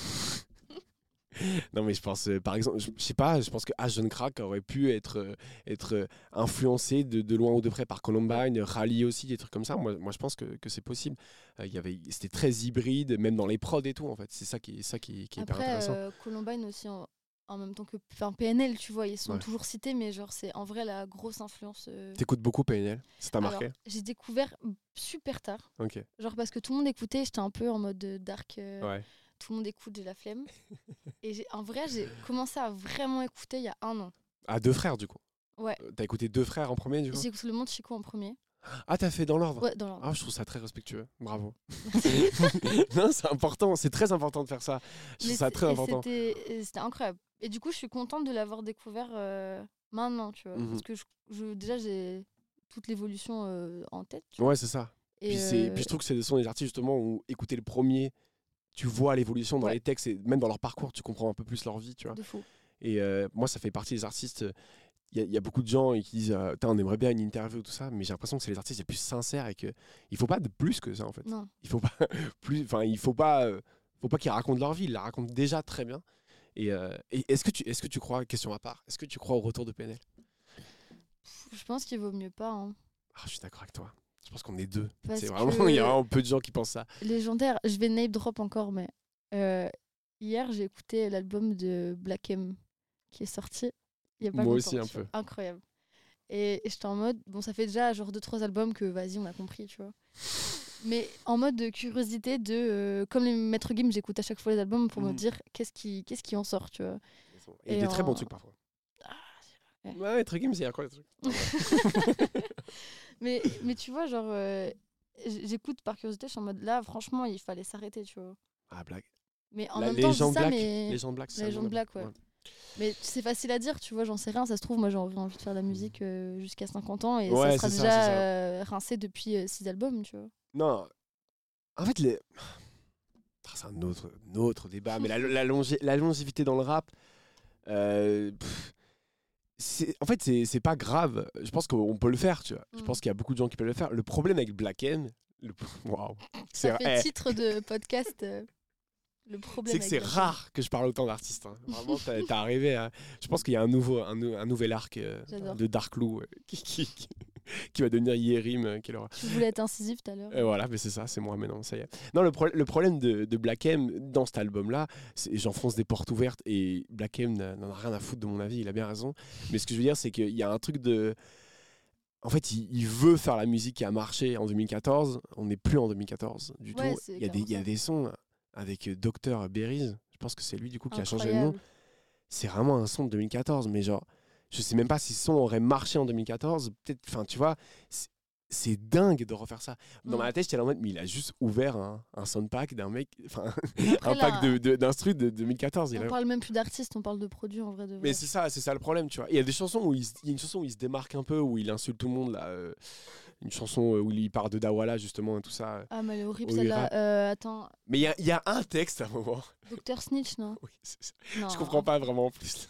[SPEAKER 1] non, mais je pense, par exemple, je sais pas, je pense que H. John Crack aurait pu être influencé de loin ou de près par Columbine, Rally aussi, des trucs comme ça. Moi je pense que c'est possible. C'était très hybride, même dans les prods et tout, en fait. C'est ça qui est hyper intéressant.
[SPEAKER 2] Après, Columbine aussi, en même temps que PNL, tu vois, ils sont toujours cités, mais genre, c'est en vrai la grosse influence.
[SPEAKER 1] T'écoutes beaucoup PNL? Ça t'a marqué?
[SPEAKER 2] Alors, j'ai découvert super tard.
[SPEAKER 1] Ok.
[SPEAKER 2] Genre, parce que tout le monde écoutait, j'étais un peu en mode dark.
[SPEAKER 1] Ouais.
[SPEAKER 2] Tout le monde écoute, j'ai la flemme. Et en vrai, j'ai commencé à vraiment écouter il y a 1 an.
[SPEAKER 1] Ah, Deux Frères, du coup?
[SPEAKER 2] Ouais.
[SPEAKER 1] T'as écouté Deux Frères en premier, du coup?
[SPEAKER 2] J'ai écouté Le Monde Chico en premier.
[SPEAKER 1] Ah, t'as fait dans l'ordre?
[SPEAKER 2] Ouais, dans l'ordre.
[SPEAKER 1] Ah, je trouve ça très respectueux. Bravo. Non, c'est important. C'est très important de faire ça. Je trouve ça très important.
[SPEAKER 2] C'était incroyable. Et du coup, je suis contente de l'avoir découvert maintenant, tu vois. Parce que déjà, j'ai toute l'évolution en tête. Tu vois.
[SPEAKER 1] Ouais, c'est ça. Et puis je trouve que ce sont des artistes, justement, où écouter le premier, tu vois l'évolution dans les textes et même dans leur parcours, tu comprends un peu plus leur vie, tu vois.
[SPEAKER 2] De fou.
[SPEAKER 1] Et moi, ça fait partie des artistes. Il y a beaucoup de gens qui disent on aimerait bien une interview, tout ça, mais j'ai l'impression que c'est les artistes les plus sincères et qu'il ne faut pas de plus que ça, en fait.
[SPEAKER 2] Non.
[SPEAKER 1] Il faut pas plus, enfin, il faut pas qu'ils racontent leur vie, ils la racontent déjà très bien. Et est-ce que tu crois, question à part, est-ce que tu crois au retour de PNL?
[SPEAKER 2] Je pense qu'il vaut mieux pas. Hein.
[SPEAKER 1] Ah, je suis d'accord avec toi. Je pense qu'on est deux.
[SPEAKER 2] Parce
[SPEAKER 1] c'est vraiment, il y a vraiment peu de gens qui pensent ça.
[SPEAKER 2] Légendaire, je vais name drop encore, mais hier j'ai écouté l'album de Black M qui est sorti il y a pas longtemps.
[SPEAKER 1] Moi aussi un peu.
[SPEAKER 2] Incroyable. Et j'étais en mode, bon, ça fait déjà genre 2-3 albums que vas-y, on a compris, tu vois. Mais en mode de curiosité, comme les Maître Gims, j'écoute à chaque fois les albums pour me dire qu'est-ce qui en sort, tu vois.
[SPEAKER 1] Et des très bons trucs parfois. Ouais, Maître Gims, c'est incroyable.
[SPEAKER 2] mais tu vois, genre, j'écoute par curiosité, je suis en mode là, franchement, il fallait s'arrêter, tu vois.
[SPEAKER 1] Ah, Black.
[SPEAKER 2] Mais en même temps, je dis ça, mais.
[SPEAKER 1] Les gens de Black, c'est
[SPEAKER 2] Les gens de Black, ouais. Mais c'est facile à dire, tu vois, j'en sais rien. Ça se trouve, moi j'aurais envie de faire de la musique jusqu'à 50 ans et ça sera déjà rincé depuis 6 albums, tu vois.
[SPEAKER 1] Non, en fait, c'est un autre débat, mais la longévité dans le rap, en fait, c'est pas grave. Je pense qu'on peut le faire, tu vois. Je pense qu'il y a beaucoup de gens qui peuvent le faire. Le problème avec Black M, waouh,
[SPEAKER 2] ça fait titre de podcast. Le problème,
[SPEAKER 1] c'est que c'est rare que je parle autant d'artistes. Hein. Vraiment, t'as arrivé à. Je pense qu'il y a un nouvel arc de Dark Lou qui va devenir Yérim.
[SPEAKER 2] Tu voulais être incisif tout à l'heure.
[SPEAKER 1] Voilà, mais c'est ça, c'est moi maintenant, ça y est. Non, le problème de Black M dans cet album-là, j'enfonce des portes ouvertes et Black M n'en a rien à foutre de mon avis, il a bien raison. Mais ce que je veux dire, c'est qu'il y a un truc de. En fait, il veut faire la musique qui a marché en 2014. On n'est plus en 2014 du tout. Il y a des sons avec Dr Berries, je pense que c'est lui du coup qui a changé le nom. C'est vraiment un son de 2014, mais genre, je sais même pas si ce son aurait marché en 2014. Peut-être, enfin, tu vois, c'est dingue de refaire ça. Dans ma tête, j'étais là en mode, mais il a juste ouvert un soundpack d'un mec, enfin, un pack d'instru de 2014.
[SPEAKER 2] On parle même plus d'artistes, on parle de produits en vrai.
[SPEAKER 1] Mais c'est ça le problème, tu vois. Il y a des chansons où il y a une chanson où il se démarque un peu, où il insulte tout le monde là. Une chanson où il parle de Dawala justement et tout ça.
[SPEAKER 2] Ah mais elle est horrible celle-là. Attends.
[SPEAKER 1] Mais il y a un texte à un moment.
[SPEAKER 2] Dr Snitch, non?
[SPEAKER 1] Oui, non. Je comprends pas vraiment en plus.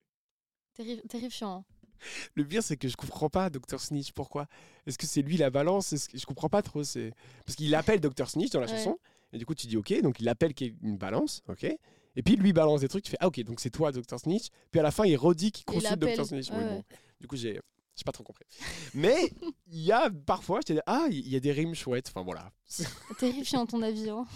[SPEAKER 2] Terrifiant.
[SPEAKER 1] Le pire c'est que je comprends pas Dr Snitch. Pourquoi? Est-ce que c'est lui la balance? Je comprends pas trop. Parce qu'il appelle Dr Snitch dans la chanson et du coup tu dis ok, donc il appelle qu'il y ait une balance, ok. Et puis lui balance des trucs, tu fais ah ok, donc c'est toi Dr Snitch. Puis à la fin il redit qu'il consulte Dr Snitch. Oui, bon. Du coup j'ai pas trop compris. Mais il y a parfois, j'étais là, il y a des rimes chouettes. Enfin voilà.
[SPEAKER 2] Terrifiant ton avis. Hein.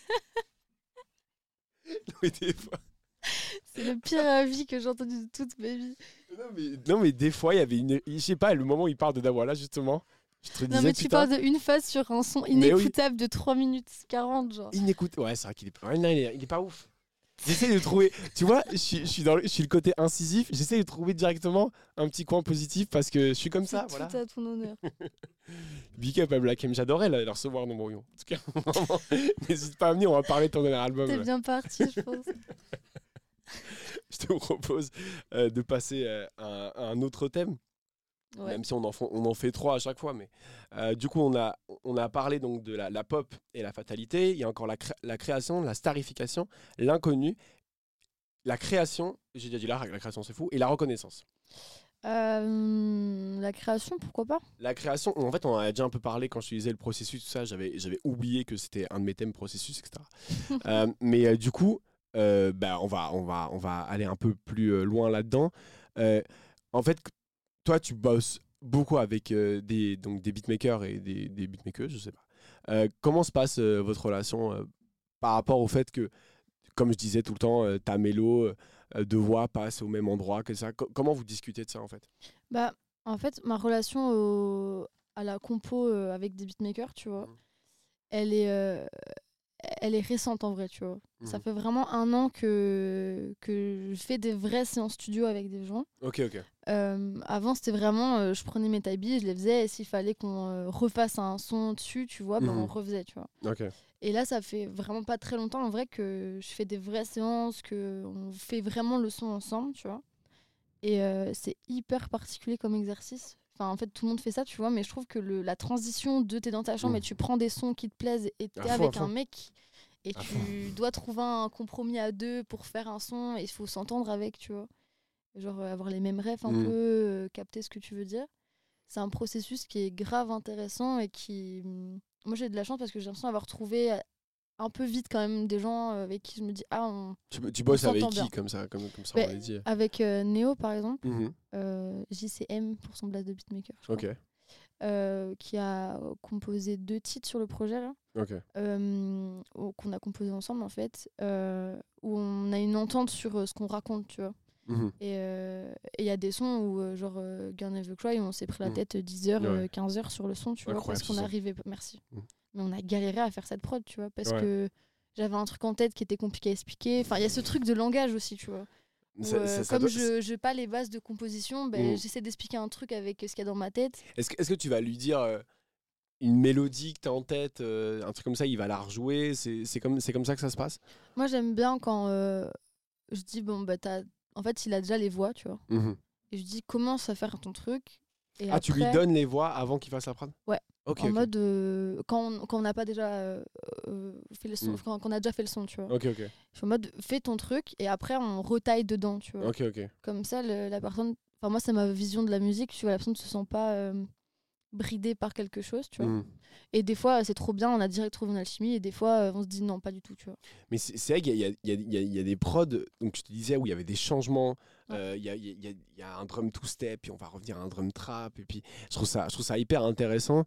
[SPEAKER 1] Mais des fois.
[SPEAKER 2] C'est le pire avis que j'ai entendu de toute ma vie.
[SPEAKER 1] Non mais des fois il y avait je sais pas, le moment où il parle de Dawala justement. Je te disais,
[SPEAKER 2] non mais tu parles d'une phase sur un son inécoutable de 3 minutes 40 genre.
[SPEAKER 1] Inécoutable. Ouais, c'est vrai qu'il il est pas ouf. J'essaie de trouver, tu vois, je suis le côté incisif, j'essaie de trouver directement un petit coin positif parce que je suis comme ça, voilà.
[SPEAKER 2] C'est tout à ton honneur.
[SPEAKER 1] Big up à Black M, j'adorais la recevoir dans Brouillon. En tout cas, vraiment, n'hésite pas à venir, on va parler de ton dernier album.
[SPEAKER 2] T'es bien parti, je pense.
[SPEAKER 1] Je te propose de passer à un autre thème. Ouais. Même si on en fait 3 à chaque fois, mais du coup on a parlé donc de la pop et la fatalité. Il y a encore la création, la starification, l'inconnu, la création. J'ai déjà dit la création c'est fou, et la reconnaissance.
[SPEAKER 2] La création, pourquoi pas? La
[SPEAKER 1] création, en fait, on en a déjà un peu parlé quand je disais le processus, tout ça. J'avais oublié que c'était un de mes thèmes, processus, etc. Mais du coup, on va aller un peu plus loin là-dedans. En fait. Toi, tu bosses beaucoup avec des beatmakers et des beatmakers, je sais pas. Comment se passe votre relation par rapport au fait que, comme je disais tout le temps, ta mélo de voix passe au même endroit que ça? Comment vous discutez de ça en fait?
[SPEAKER 2] Bah, en fait, ma relation à la compo avec des beatmakers, tu vois, elle est récente en vrai, tu vois. Ça fait vraiment 1 an que je fais des vraies séances studio avec des gens.
[SPEAKER 1] Ok.
[SPEAKER 2] Avant, c'était vraiment, je prenais mes tabilles, je les faisais, et s'il fallait qu'on refasse un son dessus, tu vois, on refaisait, tu vois.
[SPEAKER 1] Okay.
[SPEAKER 2] Et là, ça fait vraiment pas très longtemps, en vrai, que je fais des vraies séances, qu'on fait vraiment le son ensemble, tu vois. Et c'est hyper particulier comme exercice. Enfin, en fait, tout le monde fait ça, tu vois, mais je trouve que la transition de t'es dans ta chambre et tu prends des sons qui te plaisent et t'es avec un mec et tu dois trouver un compromis à 2 pour faire un son et il faut s'entendre avec, tu vois. Genre avoir les mêmes refs un peu, capter ce que tu veux dire. C'est un processus qui est grave intéressant et qui... Moi, j'ai de la chance parce que j'ai l'impression d'avoir trouvé un peu vite quand même des gens avec qui je me dis
[SPEAKER 1] tu bosses avec qui comme ça on l'a dit.
[SPEAKER 2] Avec Néo par exemple, JCM pour son blast de beatmaker je crois, qui a composé 2 titres sur le projet là, qu'on a composé ensemble en fait, où on a une entente sur ce qu'on raconte, tu vois.
[SPEAKER 1] Mhm.
[SPEAKER 2] Et il y a des sons où, genre, Girl Never Cry, on s'est pris la tête 10 heures,
[SPEAKER 1] Ouais.
[SPEAKER 2] 15 heures sur le son, tu vois,
[SPEAKER 1] Incroyable,
[SPEAKER 2] parce qu'on
[SPEAKER 1] ce son.
[SPEAKER 2] arrivait. Merci.
[SPEAKER 1] Mhm.
[SPEAKER 2] Mais on a galéré à faire cette prod, tu vois, parce
[SPEAKER 1] Ouais.
[SPEAKER 2] que j'avais un truc en tête qui était compliqué à expliquer. Enfin, il y a ce truc de langage aussi, tu vois. Où,
[SPEAKER 1] Ça
[SPEAKER 2] comme
[SPEAKER 1] doit-
[SPEAKER 2] je n'ai pas les bases de composition, ben,
[SPEAKER 1] Mhm.
[SPEAKER 2] j'essaie d'expliquer un truc avec ce qu'il y a dans ma tête.
[SPEAKER 1] Est-ce que tu vas lui dire une mélodie que tu as en tête, un truc comme ça, il va la rejouer, c'est comme ça que ça se passe?
[SPEAKER 2] Moi, j'aime bien quand je dis, bon, bah, en fait, il a déjà les voix, tu vois.
[SPEAKER 1] Mhm.
[SPEAKER 2] Et je dis, commence à faire ton truc. Et
[SPEAKER 1] Ah, tu lui
[SPEAKER 2] après,
[SPEAKER 1] donnes les voix avant qu'il fasse la prod?
[SPEAKER 2] Ouais.
[SPEAKER 1] Ok,
[SPEAKER 2] en
[SPEAKER 1] ok.
[SPEAKER 2] mode, quand on n'a pas déjà fait le son,
[SPEAKER 1] Mm.
[SPEAKER 2] quand on a déjà fait le son, tu vois.
[SPEAKER 1] Ok, ok.
[SPEAKER 2] Je suis en mode, fais ton truc et après, on retaille dedans, tu vois.
[SPEAKER 1] Ok, ok.
[SPEAKER 2] Comme ça, la personne. Enfin, moi, c'est ma vision de la musique, tu vois. La personne ne se sent pas bridée par quelque chose, tu vois.
[SPEAKER 1] Mhm.
[SPEAKER 2] Et des fois, c'est trop bien, on a direct trouvé une alchimie. Et des fois, on se dit non, pas du tout, tu vois.
[SPEAKER 1] Mais c'est vrai qu'il y a des prods, donc je te disais, où il y avait des changements. Il y a un drum two-step, puis on va revenir à un drum trap. Et puis, je trouve ça hyper intéressant.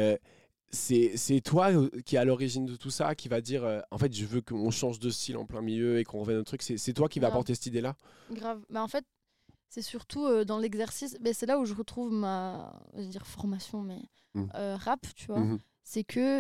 [SPEAKER 1] C'est toi qui est à l'origine de tout ça, qui va dire en fait, je veux qu'on change de style en plein milieu et qu'on revienne au truc. C'est toi qui va
[SPEAKER 2] Grave.
[SPEAKER 1] apporter cette idée-là?
[SPEAKER 2] Grave. Mais en fait, c'est surtout dans l'exercice. Mais c'est là où je retrouve ma, je vais dire formation, mais rap, tu vois.
[SPEAKER 1] Mhm.
[SPEAKER 2] C'est que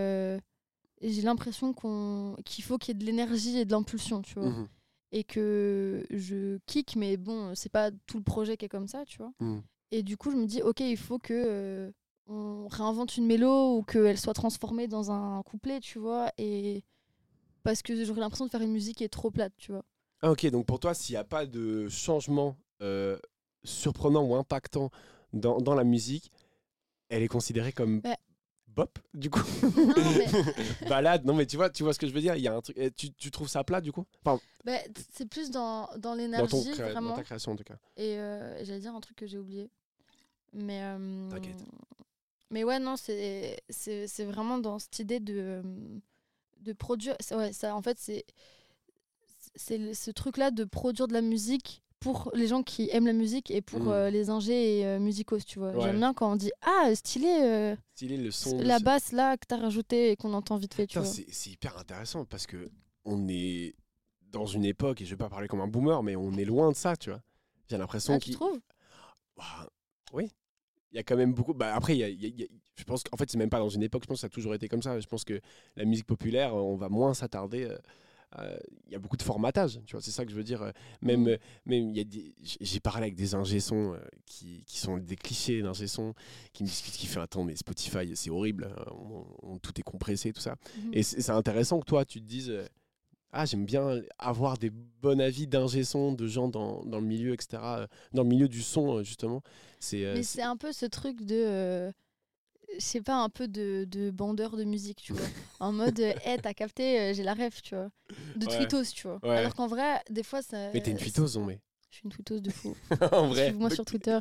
[SPEAKER 2] j'ai l'impression qu'il faut qu'il y ait de l'énergie et de l'impulsion, tu vois.
[SPEAKER 1] Mhm.
[SPEAKER 2] Et que je kick, mais bon, c'est pas tout le projet qui est comme ça, tu vois.
[SPEAKER 1] Mhm.
[SPEAKER 2] Et du coup, je me dis, ok, il faut que on réinvente une mélo ou qu'elle soit transformée dans un couplet, tu vois. Et parce que j'aurais l'impression de faire une musique qui est trop plate, tu vois.
[SPEAKER 1] Ah, ok, donc pour toi, s'il n'y a pas de changement surprenant ou impactant dans la musique, elle est considérée comme
[SPEAKER 2] Ouais.
[SPEAKER 1] bop, du coup?
[SPEAKER 2] Non, mais
[SPEAKER 1] Balade, non mais tu vois ce que je veux dire, il y a un truc. Tu trouves ça plat du coup? Enfin,
[SPEAKER 2] bah, c'est plus dans
[SPEAKER 1] dans
[SPEAKER 2] l'énergie,
[SPEAKER 1] dans
[SPEAKER 2] vraiment.
[SPEAKER 1] ta création en tout cas.
[SPEAKER 2] Et j'allais dire un truc que j'ai oublié. Mais,
[SPEAKER 1] T'inquiète.
[SPEAKER 2] mais ouais, non, c'est vraiment dans cette idée de produire. Ouais, ça, en fait, c'est ce truc-là de produire de la musique pour les gens qui aiment la musique et pour les ingés et musicos, tu vois.
[SPEAKER 1] Ouais.
[SPEAKER 2] J'aime bien quand on dit « Ah, stylé,
[SPEAKER 1] Stylé le son.
[SPEAKER 2] la basse là que t'as rajoutée et qu'on entend vite fait, tu
[SPEAKER 1] Putain,
[SPEAKER 2] vois. »
[SPEAKER 1] c'est hyper intéressant parce que on est dans une époque, et je vais pas parler comme un boomer, mais on est loin de ça, tu vois. J'ai l'impression
[SPEAKER 2] Ah, tu trouves?
[SPEAKER 1] Ouah, oui. Il y a quand même beaucoup. Bah, après, je pense qu'en fait, c'est même pas dans une époque, je pense que ça a toujours été comme ça. Je pense que la musique populaire, on va moins s'attarder. Il y a beaucoup de formatage, tu vois, c'est ça que je veux dire. Même il y a j'ai parlé avec des ingé-sons qui sont des clichés d'ingé-sons, qui me discutent, qui font attends, mais Spotify, c'est horrible, tout est compressé, tout ça. Et c'est intéressant que toi, tu te dises ah, j'aime bien avoir des bons avis d'ingé-son, de gens dans le milieu, etc. Dans le milieu du son, justement.
[SPEAKER 2] Mais c'est un peu ce truc de. Je sais pas, un peu de bandeur de musique, tu vois. En mode, hey, t'as capté, j'ai la ref, tu vois. De
[SPEAKER 1] Ouais.
[SPEAKER 2] tweetos, tu vois.
[SPEAKER 1] Ouais.
[SPEAKER 2] Alors qu'en vrai, des fois, ça.
[SPEAKER 1] Mais t'es une tweetos, non, mais.
[SPEAKER 2] Je suis une tweetos de fou.
[SPEAKER 1] En vrai.
[SPEAKER 2] Suivez-moi sur Twitter.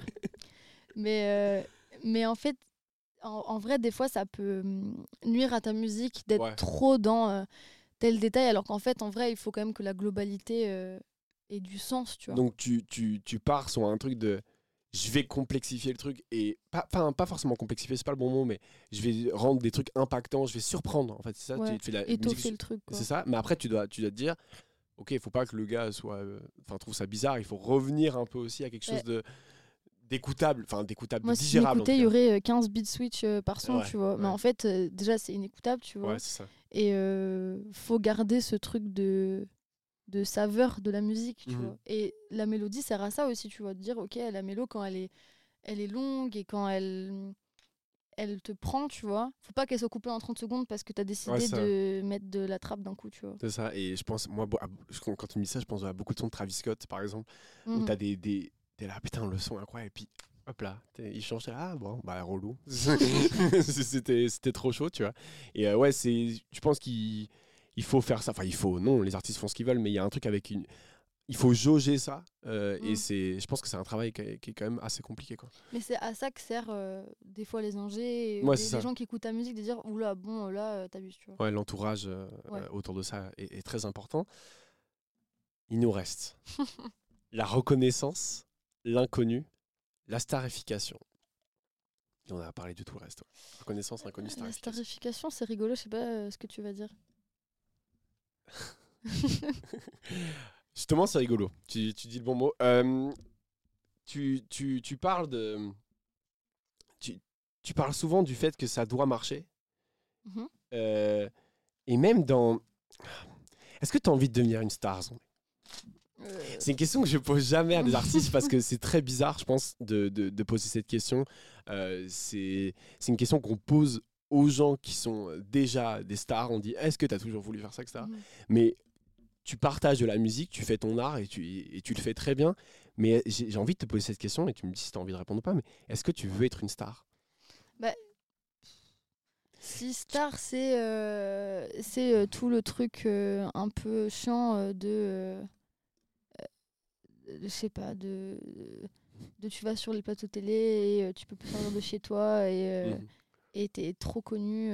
[SPEAKER 2] Mais en fait, en vrai, des fois, ça peut nuire à ta musique d'être trop dans tel détail, alors qu'en fait, en vrai, il faut quand même que la globalité ait du sens, tu vois.
[SPEAKER 1] Donc, tu pars sur un truc de. Je vais complexifier le truc et pas forcément complexifier, c'est pas le bon mot, mais je vais rendre des trucs impactants, je vais surprendre en fait, c'est ça.
[SPEAKER 2] Ouais.
[SPEAKER 1] Tu fais la
[SPEAKER 2] Étoffer
[SPEAKER 1] musique,
[SPEAKER 2] le truc, quoi.
[SPEAKER 1] c'est ça. Mais après tu dois te dire, ok, il faut pas que le gars soit, trouve ça bizarre, il faut revenir un peu aussi à quelque chose d'écoutable,
[SPEAKER 2] Moi,
[SPEAKER 1] de
[SPEAKER 2] si
[SPEAKER 1] digérable.
[SPEAKER 2] j'écoutais, il y aurait 15 bits switch par son, tu vois.
[SPEAKER 1] Ouais.
[SPEAKER 2] Mais en fait, déjà, c'est inécoutable, tu vois.
[SPEAKER 1] Ouais, c'est ça.
[SPEAKER 2] Et faut garder ce truc de saveur de la musique, tu vois. Et la mélodie sert à ça aussi, tu vois. De dire, ok, la mélo, quand elle est longue et quand elle te prend, tu vois. Faut pas qu'elle soit coupée en 30 secondes parce que t'as décidé de mettre de la trappe d'un coup, tu vois.
[SPEAKER 1] C'est ça. Et je pense, moi, quand tu me dis ça, je pense à beaucoup de sons de Travis Scott, par exemple, où t'as t'es là, putain, le son est incroyable. Et puis, hop là, il change, ah bon, bah relou. C'était trop chaud, tu vois. Et ouais, je pense qu'il faut faire ça. Enfin, non, les artistes font ce qu'ils veulent, mais il y a un truc avec il faut jauger ça. Et je pense que c'est un travail qui est quand même assez compliqué, quoi.
[SPEAKER 2] Mais c'est à ça que sert des fois les ingés et
[SPEAKER 1] Ouais,
[SPEAKER 2] les gens qui écoutent ta musique, de dire, oula, bon, là, t'abuses, tu vois.
[SPEAKER 1] Ouais, l'entourage autour de ça est très important. Il nous reste la reconnaissance, l'inconnu, la starification. Et on a parlé de tout le reste. Ouais. Reconnaissance, inconnu,
[SPEAKER 2] La
[SPEAKER 1] starification.
[SPEAKER 2] starification, c'est rigolo, je sais pas ce que tu vas dire.
[SPEAKER 1] Je Justement, c'est rigolo. Tu dis le bon mot. Tu parles de... Tu parles souvent du fait que ça doit marcher.
[SPEAKER 2] Mhm.
[SPEAKER 1] Et même dans... Est-ce que tu as envie de devenir une star, Zondé ? C'est une question que je pose jamais à des artistes parce que c'est très bizarre, je pense, de poser cette question. C'est une question qu'on pose aux gens qui sont déjà des stars. On dit, est-ce que tu as toujours voulu faire ça, etc. Mais tu partages de la musique, tu fais ton art et tu le fais très bien. Mais j'ai envie de te poser cette question et tu me dis si tu as envie de répondre ou pas. Mais est-ce que tu veux être une star ?
[SPEAKER 2] Si star, c'est tout le truc un peu chiant je sais pas, de tu vas sur les plateaux télé et tu peux plus sortir de chez toi et t'es trop connu.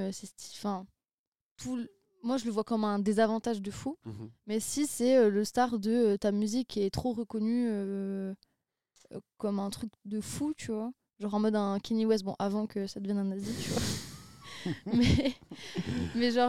[SPEAKER 2] Moi, je le vois comme un désavantage de fou. Mais si c'est le star de ta musique qui est trop reconnue comme un truc de fou, tu vois. Genre en mode un Kanye West, bon, avant que ça devienne un nazi, tu vois. mais genre...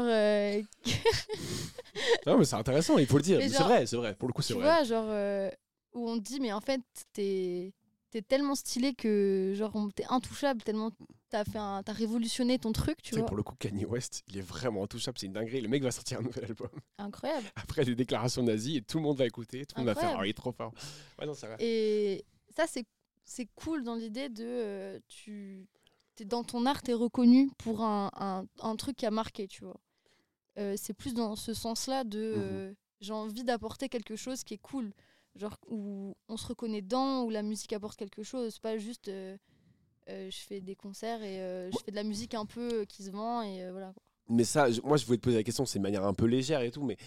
[SPEAKER 1] Non, mais c'est intéressant, il faut le dire.
[SPEAKER 2] Mais
[SPEAKER 1] C'est vrai, pour le coup, c'est
[SPEAKER 2] tu
[SPEAKER 1] vrai.
[SPEAKER 2] vois, genre... où on te dit, mais en fait, t'es tellement stylé que genre t'es intouchable, tellement t'as révolutionné ton truc, tu vois.
[SPEAKER 1] Pour le coup, Kanye West, il est vraiment intouchable, c'est une dinguerie. Le mec va sortir un nouvel album.
[SPEAKER 2] Incroyable.
[SPEAKER 1] Après des déclarations nazies et tout le monde va écouter, tout le monde va faire « Ah, il est trop fort ». Ouais, non, c'est vrai.
[SPEAKER 2] Et ça, c'est cool dans l'idée de... t'es dans ton art, t'es reconnu pour un truc qui a marqué, tu vois. C'est plus dans ce sens-là de... j'ai envie d'apporter quelque chose qui est cool. Genre où on se reconnaît dedans, où la musique apporte quelque chose, pas juste je fais des concerts et je fais de la musique un peu qui se vend et voilà.
[SPEAKER 1] Mais ça, moi je voulais te poser la question, c'est de manière un peu légère et tout, mais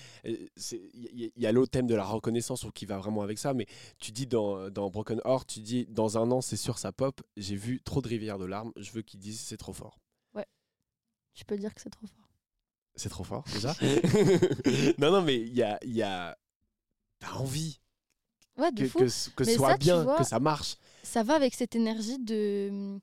[SPEAKER 1] il y a l'autre thème de la reconnaissance qui va vraiment avec ça, mais tu dis dans Broken Heart, tu dis dans un an c'est sûr ça pop, j'ai vu trop de rivières de larmes, je veux qu'ils disent c'est trop fort.
[SPEAKER 2] Ouais, tu peux dire que c'est trop fort.
[SPEAKER 1] C'est trop fort déjà. non mais il y a t'as envie.
[SPEAKER 2] Ouais, de fou.
[SPEAKER 1] Que ce soit
[SPEAKER 2] ça,
[SPEAKER 1] bien,
[SPEAKER 2] vois,
[SPEAKER 1] que ça marche.
[SPEAKER 2] Ça va avec cette énergie de...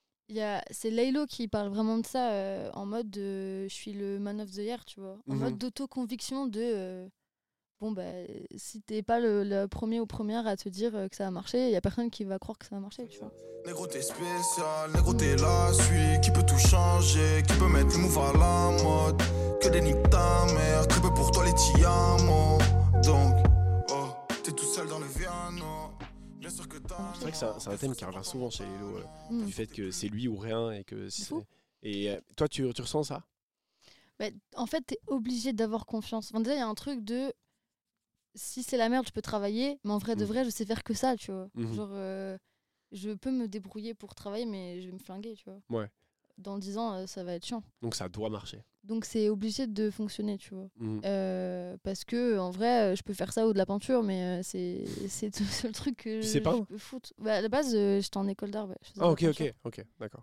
[SPEAKER 2] C'est Laylo qui parle vraiment de ça, en mode je suis le man of the year, tu vois. En mode d'autoconviction de... bon, bah, si t'es pas le premier ou première à te dire que ça va marcher, il y a personne qui va croire que ça va marcher, tu vois.
[SPEAKER 3] Négro t'es spécial, négro t'es la suite, qui peut tout changer, qui peut mettre le move à la mode. Que des niques ta mère, très peu pour toi les tiamos. Donc... t'es tout seul dans le piano. Bien sûr que t'as...
[SPEAKER 1] C'est vrai que c'est un thème qui revient souvent chez Laylo, du fait que c'est lui ou rien et que toi tu ressens ça?
[SPEAKER 2] En fait, t'es obligé d'avoir confiance. Enfin, déjà, il y a un truc de si c'est la merde, je peux travailler, mais en vrai de vrai, je sais faire que ça, tu vois. Genre, je peux me débrouiller pour travailler, mais je vais me flinguer, tu vois.
[SPEAKER 1] Ouais.
[SPEAKER 2] Dans 10 ans, ça va être chiant.
[SPEAKER 1] Donc ça doit marcher.
[SPEAKER 2] Donc c'est obligé de fonctionner, tu vois. Parce que en vrai, je peux faire ça ou de la peinture, mais c'est le seul truc que je peux foutre. À la base, j'étais en école d'art.
[SPEAKER 1] Ah ok, d'accord.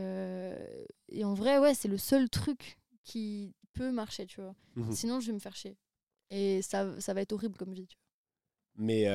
[SPEAKER 2] Et en vrai, ouais, c'est le seul truc qui peut marcher, tu vois. Sinon, je vais me faire chier. Et ça va être horrible comme vie, tu vois.
[SPEAKER 1] Mais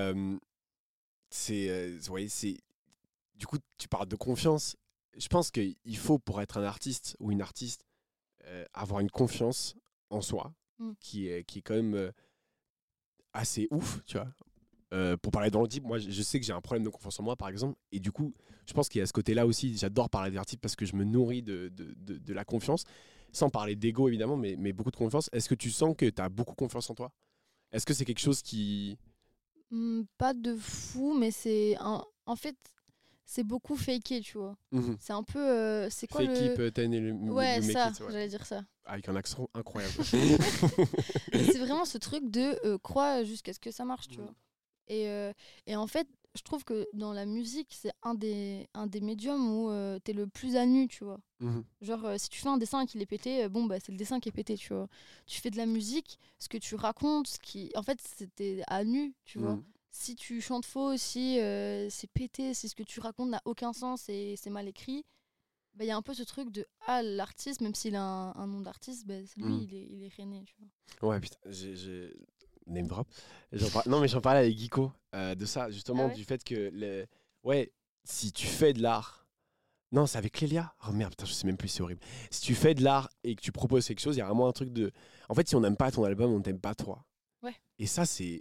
[SPEAKER 1] du coup, tu parles de confiance. Je pense qu'il faut, pour être un artiste ou une artiste, avoir une confiance en soi qui est quand même assez ouf, tu vois. Pour parler dans le type, moi je sais que j'ai un problème de confiance en moi par exemple, et du coup je pense qu'il y a ce côté là aussi, j'adore parler des artistes parce que je me nourris de la confiance, sans parler d'ego évidemment, mais beaucoup de confiance. Est-ce que tu sens que tu as beaucoup confiance en toi? Est-ce que c'est quelque chose qui...
[SPEAKER 2] Pas de fou, mais c'est en fait c'est beaucoup faké, tu vois. C'est un peu... c'est quoi
[SPEAKER 1] fake
[SPEAKER 2] le...
[SPEAKER 1] it, ten et le
[SPEAKER 2] ouais,
[SPEAKER 1] make
[SPEAKER 2] ça,
[SPEAKER 1] it, ouais.
[SPEAKER 2] J'allais dire ça.
[SPEAKER 1] Avec un accent incroyable.
[SPEAKER 2] C'est vraiment ce truc de croire jusqu'à ce que ça marche, tu vois. Et en fait, je trouve que dans la musique, c'est un des médiums où t'es le plus à nu, tu vois. Genre, si tu fais un dessin qui est pété, bon, bah, c'est le dessin qui est pété, tu vois. Tu fais de la musique, ce que tu racontes, en fait, c'était à nu, tu vois. Si tu chantes faux, si c'est pété, si ce que tu racontes n'a aucun sens et c'est mal écrit, bah, y a un peu ce truc de l'artiste, même s'il a un nom d'artiste, bah, lui, il est rené, tu vois.
[SPEAKER 1] Ouais, putain, j'ai name drop. Non, mais j'en parlais avec Guico de ça, justement, du fait que si tu fais de l'art. Non, c'est avec Lélia. Oh merde, putain, je sais même plus, c'est horrible. Si tu fais de l'art et que tu proposes quelque chose, il y a vraiment un truc de. En fait, si on n'aime pas ton album, on t'aime pas toi.
[SPEAKER 2] Ouais.
[SPEAKER 1] Et ça, c'est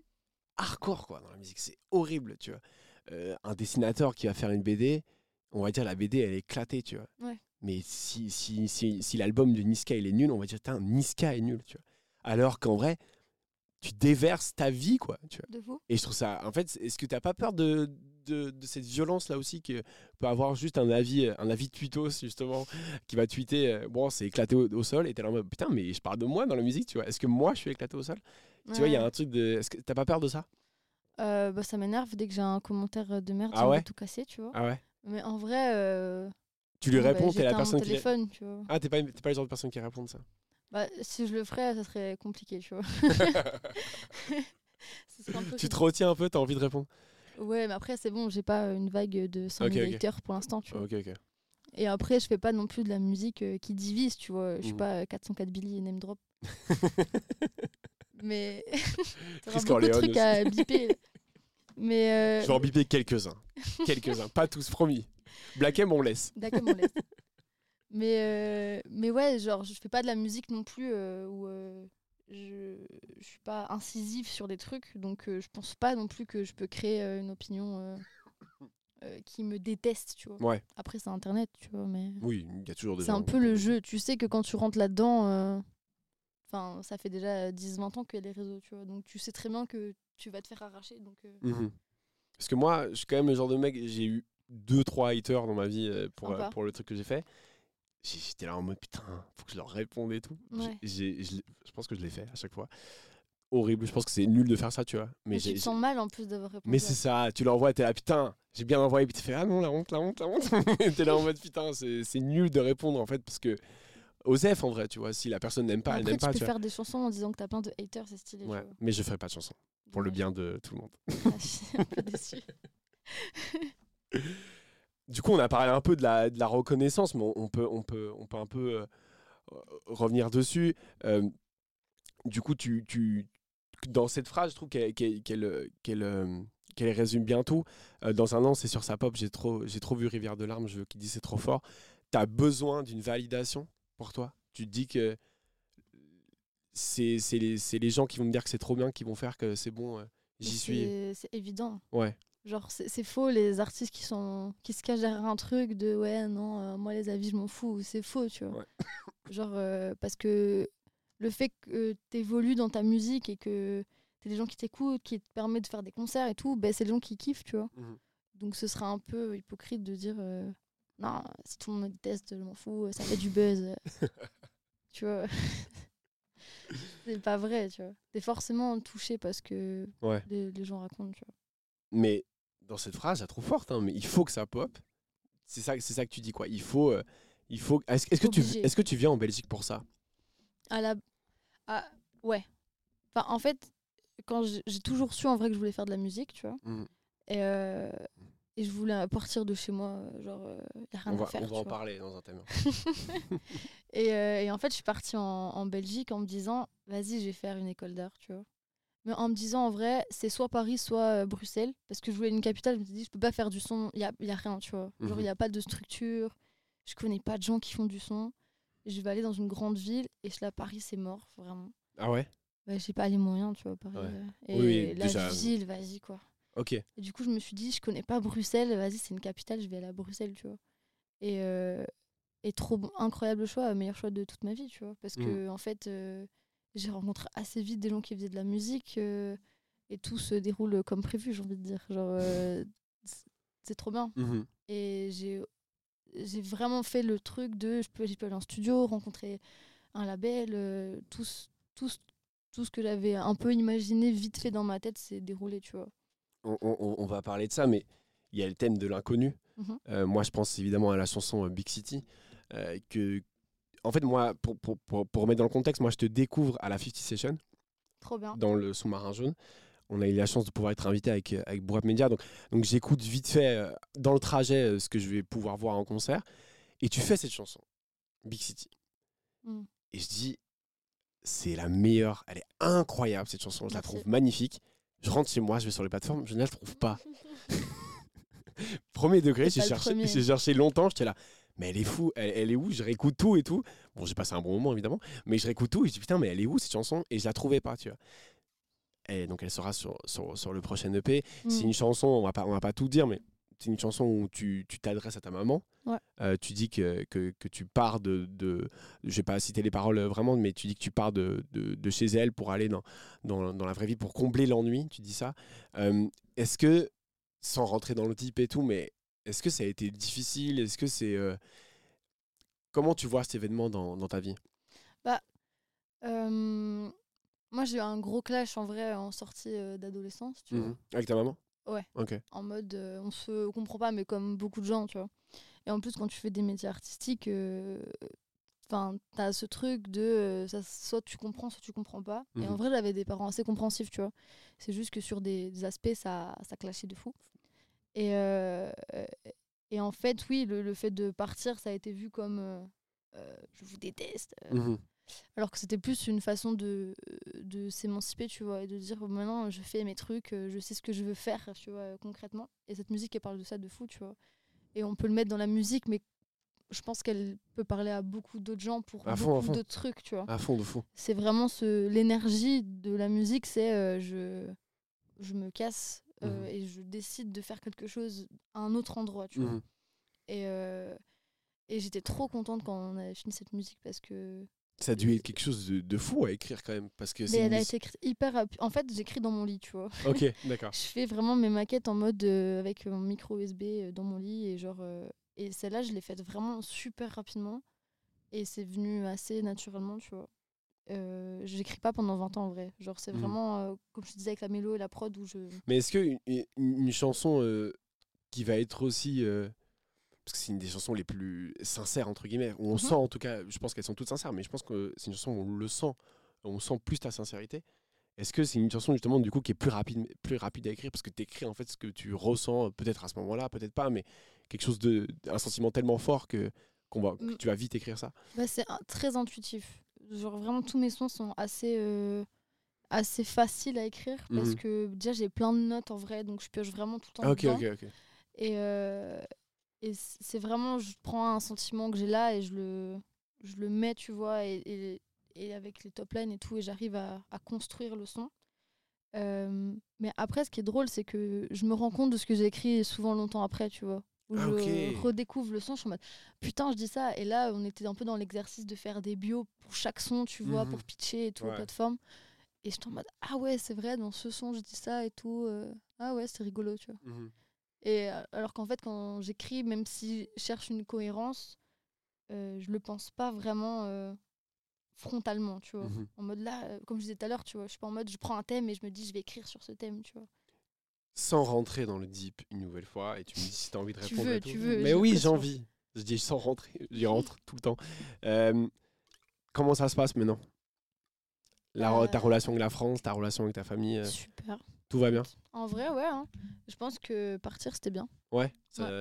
[SPEAKER 1] hardcore quoi dans la musique, c'est horrible, tu vois. Un dessinateur qui va faire une BD, on va dire la BD elle est éclatée, tu vois.
[SPEAKER 2] Ouais.
[SPEAKER 1] Mais si l'album de Niska il est nul, on va dire putain Niska est nul, tu vois. Alors qu'en vrai, tu déverses ta vie quoi, tu vois.
[SPEAKER 2] De fou.
[SPEAKER 1] Et je trouve ça, en fait, est-ce que t'as pas peur de cette violence là aussi que peut avoir juste un avis de tweetos justement qui va tweeter bon c'est éclaté au sol et t'es là en mode putain mais je parle de moi dans la musique, tu vois. Est-ce que moi je suis éclaté au sol? Tu vois, il y a un truc de, est-ce que t'as pas peur de ça?
[SPEAKER 2] Bah, ça m'énerve dès que j'ai un commentaire de merde,
[SPEAKER 1] Ah
[SPEAKER 2] j'ai envie
[SPEAKER 1] ouais
[SPEAKER 2] de tout casser, tu vois.
[SPEAKER 1] Ah ouais?
[SPEAKER 2] Mais en vrai,
[SPEAKER 1] Tu lui
[SPEAKER 2] bon, bah,
[SPEAKER 1] réponds, t'es la
[SPEAKER 2] j'éteins mon
[SPEAKER 1] personne qui
[SPEAKER 2] téléphone, tu vois.
[SPEAKER 1] Ah t'es pas le genre de personne qui répond ça.
[SPEAKER 2] Bah, si je le ferais, ça serait compliqué, tu vois. Ce serait un peu
[SPEAKER 1] Tu te
[SPEAKER 2] ridicule.
[SPEAKER 1] retiens un peu, t'as envie de répondre.
[SPEAKER 2] Ouais, mais après, c'est bon, j'ai pas une vague de 100 000
[SPEAKER 1] Ok.
[SPEAKER 2] lecteurs pour l'instant, tu vois.
[SPEAKER 1] Ok.
[SPEAKER 2] Et après, je fais pas non plus de la musique qui divise, tu vois. Je suis
[SPEAKER 1] Mhm.
[SPEAKER 2] pas 404 Billy et name drop. Mais t'auras
[SPEAKER 1] Chris
[SPEAKER 2] beaucoup de
[SPEAKER 1] Corleone
[SPEAKER 2] trucs à biper. Mais
[SPEAKER 1] Je vais en biper quelques-uns. Quelques-uns, pas tous, promis. Black M on laisse.
[SPEAKER 2] d'accord, on laisse. Mais ouais, genre, je fais pas de la musique non plus où je suis pas incisive sur des trucs. Donc, je pense pas non plus que je peux créer une opinion qui me déteste, tu vois.
[SPEAKER 1] Ouais.
[SPEAKER 2] Après, c'est Internet, tu vois, mais
[SPEAKER 1] Oui, il y a toujours des
[SPEAKER 2] c'est
[SPEAKER 1] gens.
[SPEAKER 2] un peu le jeu. Tu sais que quand tu rentres là-dedans, enfin, ça fait déjà 10-20 ans qu'il y a les réseaux, tu vois. Donc, tu sais très bien que tu vas te faire arracher. Donc,
[SPEAKER 1] Mhm. Parce que moi, je suis quand même le genre de mec, j'ai eu 2-3 haters dans ma vie
[SPEAKER 2] Sympa.
[SPEAKER 1] pour le truc que j'ai fait. J'étais là en mode putain, faut que je leur réponde et tout.
[SPEAKER 2] Ouais.
[SPEAKER 1] Je pense que je l'ai fait à chaque fois. Horrible, je pense que c'est nul de faire ça, tu vois.
[SPEAKER 2] mais tu te sens mal en plus d'avoir répondu.
[SPEAKER 1] Mais c'est ça, tu l'envoies, t'es là putain, j'ai bien envoyé, puis tu fais ah non, la honte. Et t'es là en mode putain, c'est nul de répondre en fait, parce que Osef en vrai, tu vois, si la personne n'aime pas, elle
[SPEAKER 2] Après,
[SPEAKER 1] n'aime
[SPEAKER 2] tu
[SPEAKER 1] pas,
[SPEAKER 2] peux
[SPEAKER 1] tu vois.
[SPEAKER 2] faire des chansons en disant que t'as plein de haters, c'est stylé.
[SPEAKER 1] Ouais,
[SPEAKER 2] tu vois.
[SPEAKER 1] mais je ferai pas de chanson pour le bien de tout le monde.
[SPEAKER 2] Ah, je suis un peu déçue.
[SPEAKER 1] Du coup, on a parlé un peu de la reconnaissance, mais on peut un peu revenir dessus. Du coup, dans cette phrase, je trouve qu'elle résume bien tout. Dans un an, c'est sur sa pop, j'ai trop vu Rivière de larmes, je veux qu'il dise c'est trop fort. T'as besoin d'une validation pour toi. Tu te dis que c'est les gens qui vont me dire que c'est trop bien, qui vont faire que c'est bon, j'y
[SPEAKER 2] Mais
[SPEAKER 1] suis.
[SPEAKER 2] c'est évident.
[SPEAKER 1] Ouais.
[SPEAKER 2] Genre, c'est faux, les artistes qui se cachent derrière un truc de ouais, non, moi les avis, je m'en fous. C'est faux, tu vois.
[SPEAKER 1] Ouais.
[SPEAKER 2] Genre, parce que le fait que t'évolues dans ta musique et que t'as des gens qui t'écoutent, qui te permettent de faire des concerts et tout, ben, c'est les gens qui kiffent, tu vois.
[SPEAKER 1] Mhm.
[SPEAKER 2] Donc, ce serait un peu hypocrite de dire non, si tout le monde me déteste, je m'en fous, ça fait du buzz. Tu vois. C'est pas vrai, tu vois. T'es forcément touché parce que
[SPEAKER 1] Ouais.
[SPEAKER 2] les gens racontent, tu vois.
[SPEAKER 1] Mais dans cette phrase, je la trouve forte, hein, mais il faut que ça pop. C'est ça que tu dis, quoi. Il faut. Est-ce
[SPEAKER 2] Obligé.
[SPEAKER 1] que tu viens en Belgique pour ça?
[SPEAKER 2] Ouais. Enfin, en fait, quand j'ai toujours su en vrai que je voulais faire de la musique, tu vois.
[SPEAKER 1] Mhm.
[SPEAKER 2] Et je voulais partir de chez moi, genre, y a rien à faire.
[SPEAKER 1] On
[SPEAKER 2] tu
[SPEAKER 1] va en
[SPEAKER 2] vois.
[SPEAKER 1] parler dans un thème.
[SPEAKER 2] Et en fait, je suis partie en Belgique en me disant, vas-y, je vais faire une école d'art, tu vois. Mais en me disant, en vrai, c'est soit Paris, soit Bruxelles. Parce que je voulais une capitale, je me suis dit, je peux pas faire du son, y a rien, tu vois. Genre, il
[SPEAKER 1] Mhm.
[SPEAKER 2] y a pas de structure, je connais pas de gens qui font du son. Je vais aller dans une grande ville, et je là, Paris, c'est mort, vraiment.
[SPEAKER 1] Ah ouais?
[SPEAKER 2] Bah, j'ai pas les moyens, tu vois, Paris.
[SPEAKER 1] Ouais.
[SPEAKER 2] Et
[SPEAKER 1] Oui,
[SPEAKER 2] la
[SPEAKER 1] déjà,
[SPEAKER 2] ville, vas-y, quoi.
[SPEAKER 1] Ok.
[SPEAKER 2] Et du coup, je me suis dit, je connais pas Bruxelles, vas-y, c'est une capitale, je vais aller à Bruxelles, tu vois. Et trop incroyable choix, meilleur choix de toute ma vie, tu vois. Parce que, en fait, j'ai rencontré assez vite des gens qui faisaient de la musique et tout se déroule comme prévu, j'ai envie de dire. Genre, c'est trop bien.
[SPEAKER 1] Mhm.
[SPEAKER 2] Et j'ai vraiment fait le truc de j'ai pu aller en studio, rencontrer un label, tout ce que j'avais un peu imaginé vite fait dans ma tête s'est déroulé, tu vois.
[SPEAKER 1] On va parler de ça, mais il y a le thème de l'inconnu.
[SPEAKER 2] Mhm.
[SPEAKER 1] Moi, je pense évidemment à la chanson Big City. En fait, moi, pour remettre dans le contexte, moi, je te découvre à la 50 Session,
[SPEAKER 2] Trop bien.
[SPEAKER 1] dans le sous-marin jaune. On a eu la chance de pouvoir être invité avec Bourap Media. Donc j'écoute vite fait dans le trajet ce que je vais pouvoir voir en concert. Et tu fais cette chanson, Big City.
[SPEAKER 2] Mm.
[SPEAKER 1] Et je dis, c'est la meilleure. Elle est incroyable, cette chanson. Je la
[SPEAKER 2] Merci.
[SPEAKER 1] trouve magnifique. Je rentre chez moi, je vais sur les plateformes, je ne la trouve pas. Premier degré,
[SPEAKER 2] C'est pas le premier.
[SPEAKER 1] j'ai cherché longtemps, j'étais là. Mais elle est fou, elle est où? Je réécoute tout et tout. Bon, j'ai passé un bon moment évidemment, mais je réécoute tout et je dis putain, mais elle est où cette chanson? Et je la trouvais pas, tu vois. Et donc elle sera sur le prochain EP. C'est une chanson, on va pas tout dire, mais c'est une chanson où tu t'adresses à ta maman.
[SPEAKER 2] Ouais.
[SPEAKER 1] Tu dis que tu pars de je vais pas citer les paroles vraiment, mais tu dis que tu pars de chez elle pour aller dans la vraie vie, pour combler l'ennui, tu dis ça. Est-ce que, sans rentrer dans le type et tout, mais est-ce que ça a été difficile? Est-ce que c'est... Comment tu vois cet événement dans ta vie?
[SPEAKER 2] Moi, j'ai eu un gros clash en vrai en sortie d'adolescence, tu vois.
[SPEAKER 1] Avec ta maman?
[SPEAKER 2] Ouais.
[SPEAKER 1] Ok.
[SPEAKER 2] En mode, on se comprend pas, mais comme beaucoup de gens, tu vois. Et en plus, quand tu fais des métiers artistiques, t'as ce truc de soit tu comprends, soit tu comprends pas. Et en vrai, j'avais des parents assez compréhensifs, tu vois. C'est juste que sur des aspects, ça clashait de fou. Et en fait, oui, le fait de partir, ça a été vu comme je vous déteste. Alors que c'était plus une façon de s'émanciper, tu vois, et de dire maintenant je fais mes trucs, je sais ce que je veux faire, tu vois, concrètement. Et cette musique, elle parle de ça de fou, tu vois. Et on peut le mettre dans la musique, mais je pense qu'elle peut parler à beaucoup d'autres gens pour beaucoup d'autres trucs, tu vois.
[SPEAKER 1] À fond, de fou. C'est
[SPEAKER 2] vraiment l'énergie de la musique, c'est je me casse et je décide de faire quelque chose à un autre endroit, tu vois. Et j'étais trop contente quand on avait fini cette musique parce que...
[SPEAKER 1] Ça a dû être quelque chose de fou à écrire quand même. Parce que
[SPEAKER 2] mais elle a été écrite hyper... En fait, j'écris dans mon lit, tu vois.
[SPEAKER 1] Ok, d'accord.
[SPEAKER 2] Je fais vraiment mes maquettes en mode avec mon micro USB dans mon lit. Et, et celle-là, je l'ai faite vraiment super rapidement. Et c'est venu assez naturellement, tu vois. J'écris pas pendant 20 ans en vrai. Genre, c'est vraiment, comme je te disais, avec la mélo et la prod où je...
[SPEAKER 1] Mais est-ce qu'une chanson qui va être aussi... parce que c'est une des chansons les plus sincères, entre guillemets, où on sent, en tout cas, je pense qu'elles sont toutes sincères, mais je pense que c'est une chanson où on sent plus ta sincérité. Est-ce que c'est une chanson, justement, du coup, qui est plus rapide à écrire, parce que tu écris, en fait, ce que tu ressens, peut-être à ce moment-là, peut-être pas, mais quelque chose un sentiment tellement fort que tu vas vite écrire ça?
[SPEAKER 2] C'est très intuitif. Genre, vraiment, tous mes sons sont assez faciles à écrire, parce que, déjà, j'ai plein de notes, en vrai, donc je pioche vraiment tout le temps dedans.
[SPEAKER 1] Ok.
[SPEAKER 2] Et c'est vraiment, je prends un sentiment que j'ai là et je le mets, tu vois, et avec les top lines et tout, et j'arrive à construire le son. Mais après, ce qui est drôle, c'est que je me rends compte de ce que j'ai écrit souvent longtemps après, tu vois. Où je redécouvre le son, je suis en mode putain, je dis ça. Et là, on était un peu dans l'exercice de faire des bios pour chaque son, tu vois, pour pitcher et tout, aux plateformes. Et j'étais en mode ah ouais, c'est vrai, dans ce son, je dis ça et tout. Ah ouais, c'est rigolo, tu vois. Et alors qu'en fait, quand j'écris, même si je cherche une cohérence, je le pense pas vraiment frontalement, tu vois. En mode là, comme je disais tout à l'heure, tu vois, je suis pas en mode je prends un thème et je me dis je vais écrire sur ce thème, tu vois.
[SPEAKER 1] Sans rentrer dans le deep une nouvelle fois, et tu me dis si t'as envie de répondre à tout.
[SPEAKER 2] Tu veux,
[SPEAKER 1] mais oui, j'ai envie. Je dis sans rentrer, j'y rentre tout le temps. Comment ça se passe maintenant? Ta relation avec la France, ta relation avec ta famille?
[SPEAKER 2] Super.
[SPEAKER 1] Tout va bien?
[SPEAKER 2] En vrai, ouais. Hein. Je pense que partir, c'était bien.
[SPEAKER 1] Ouais,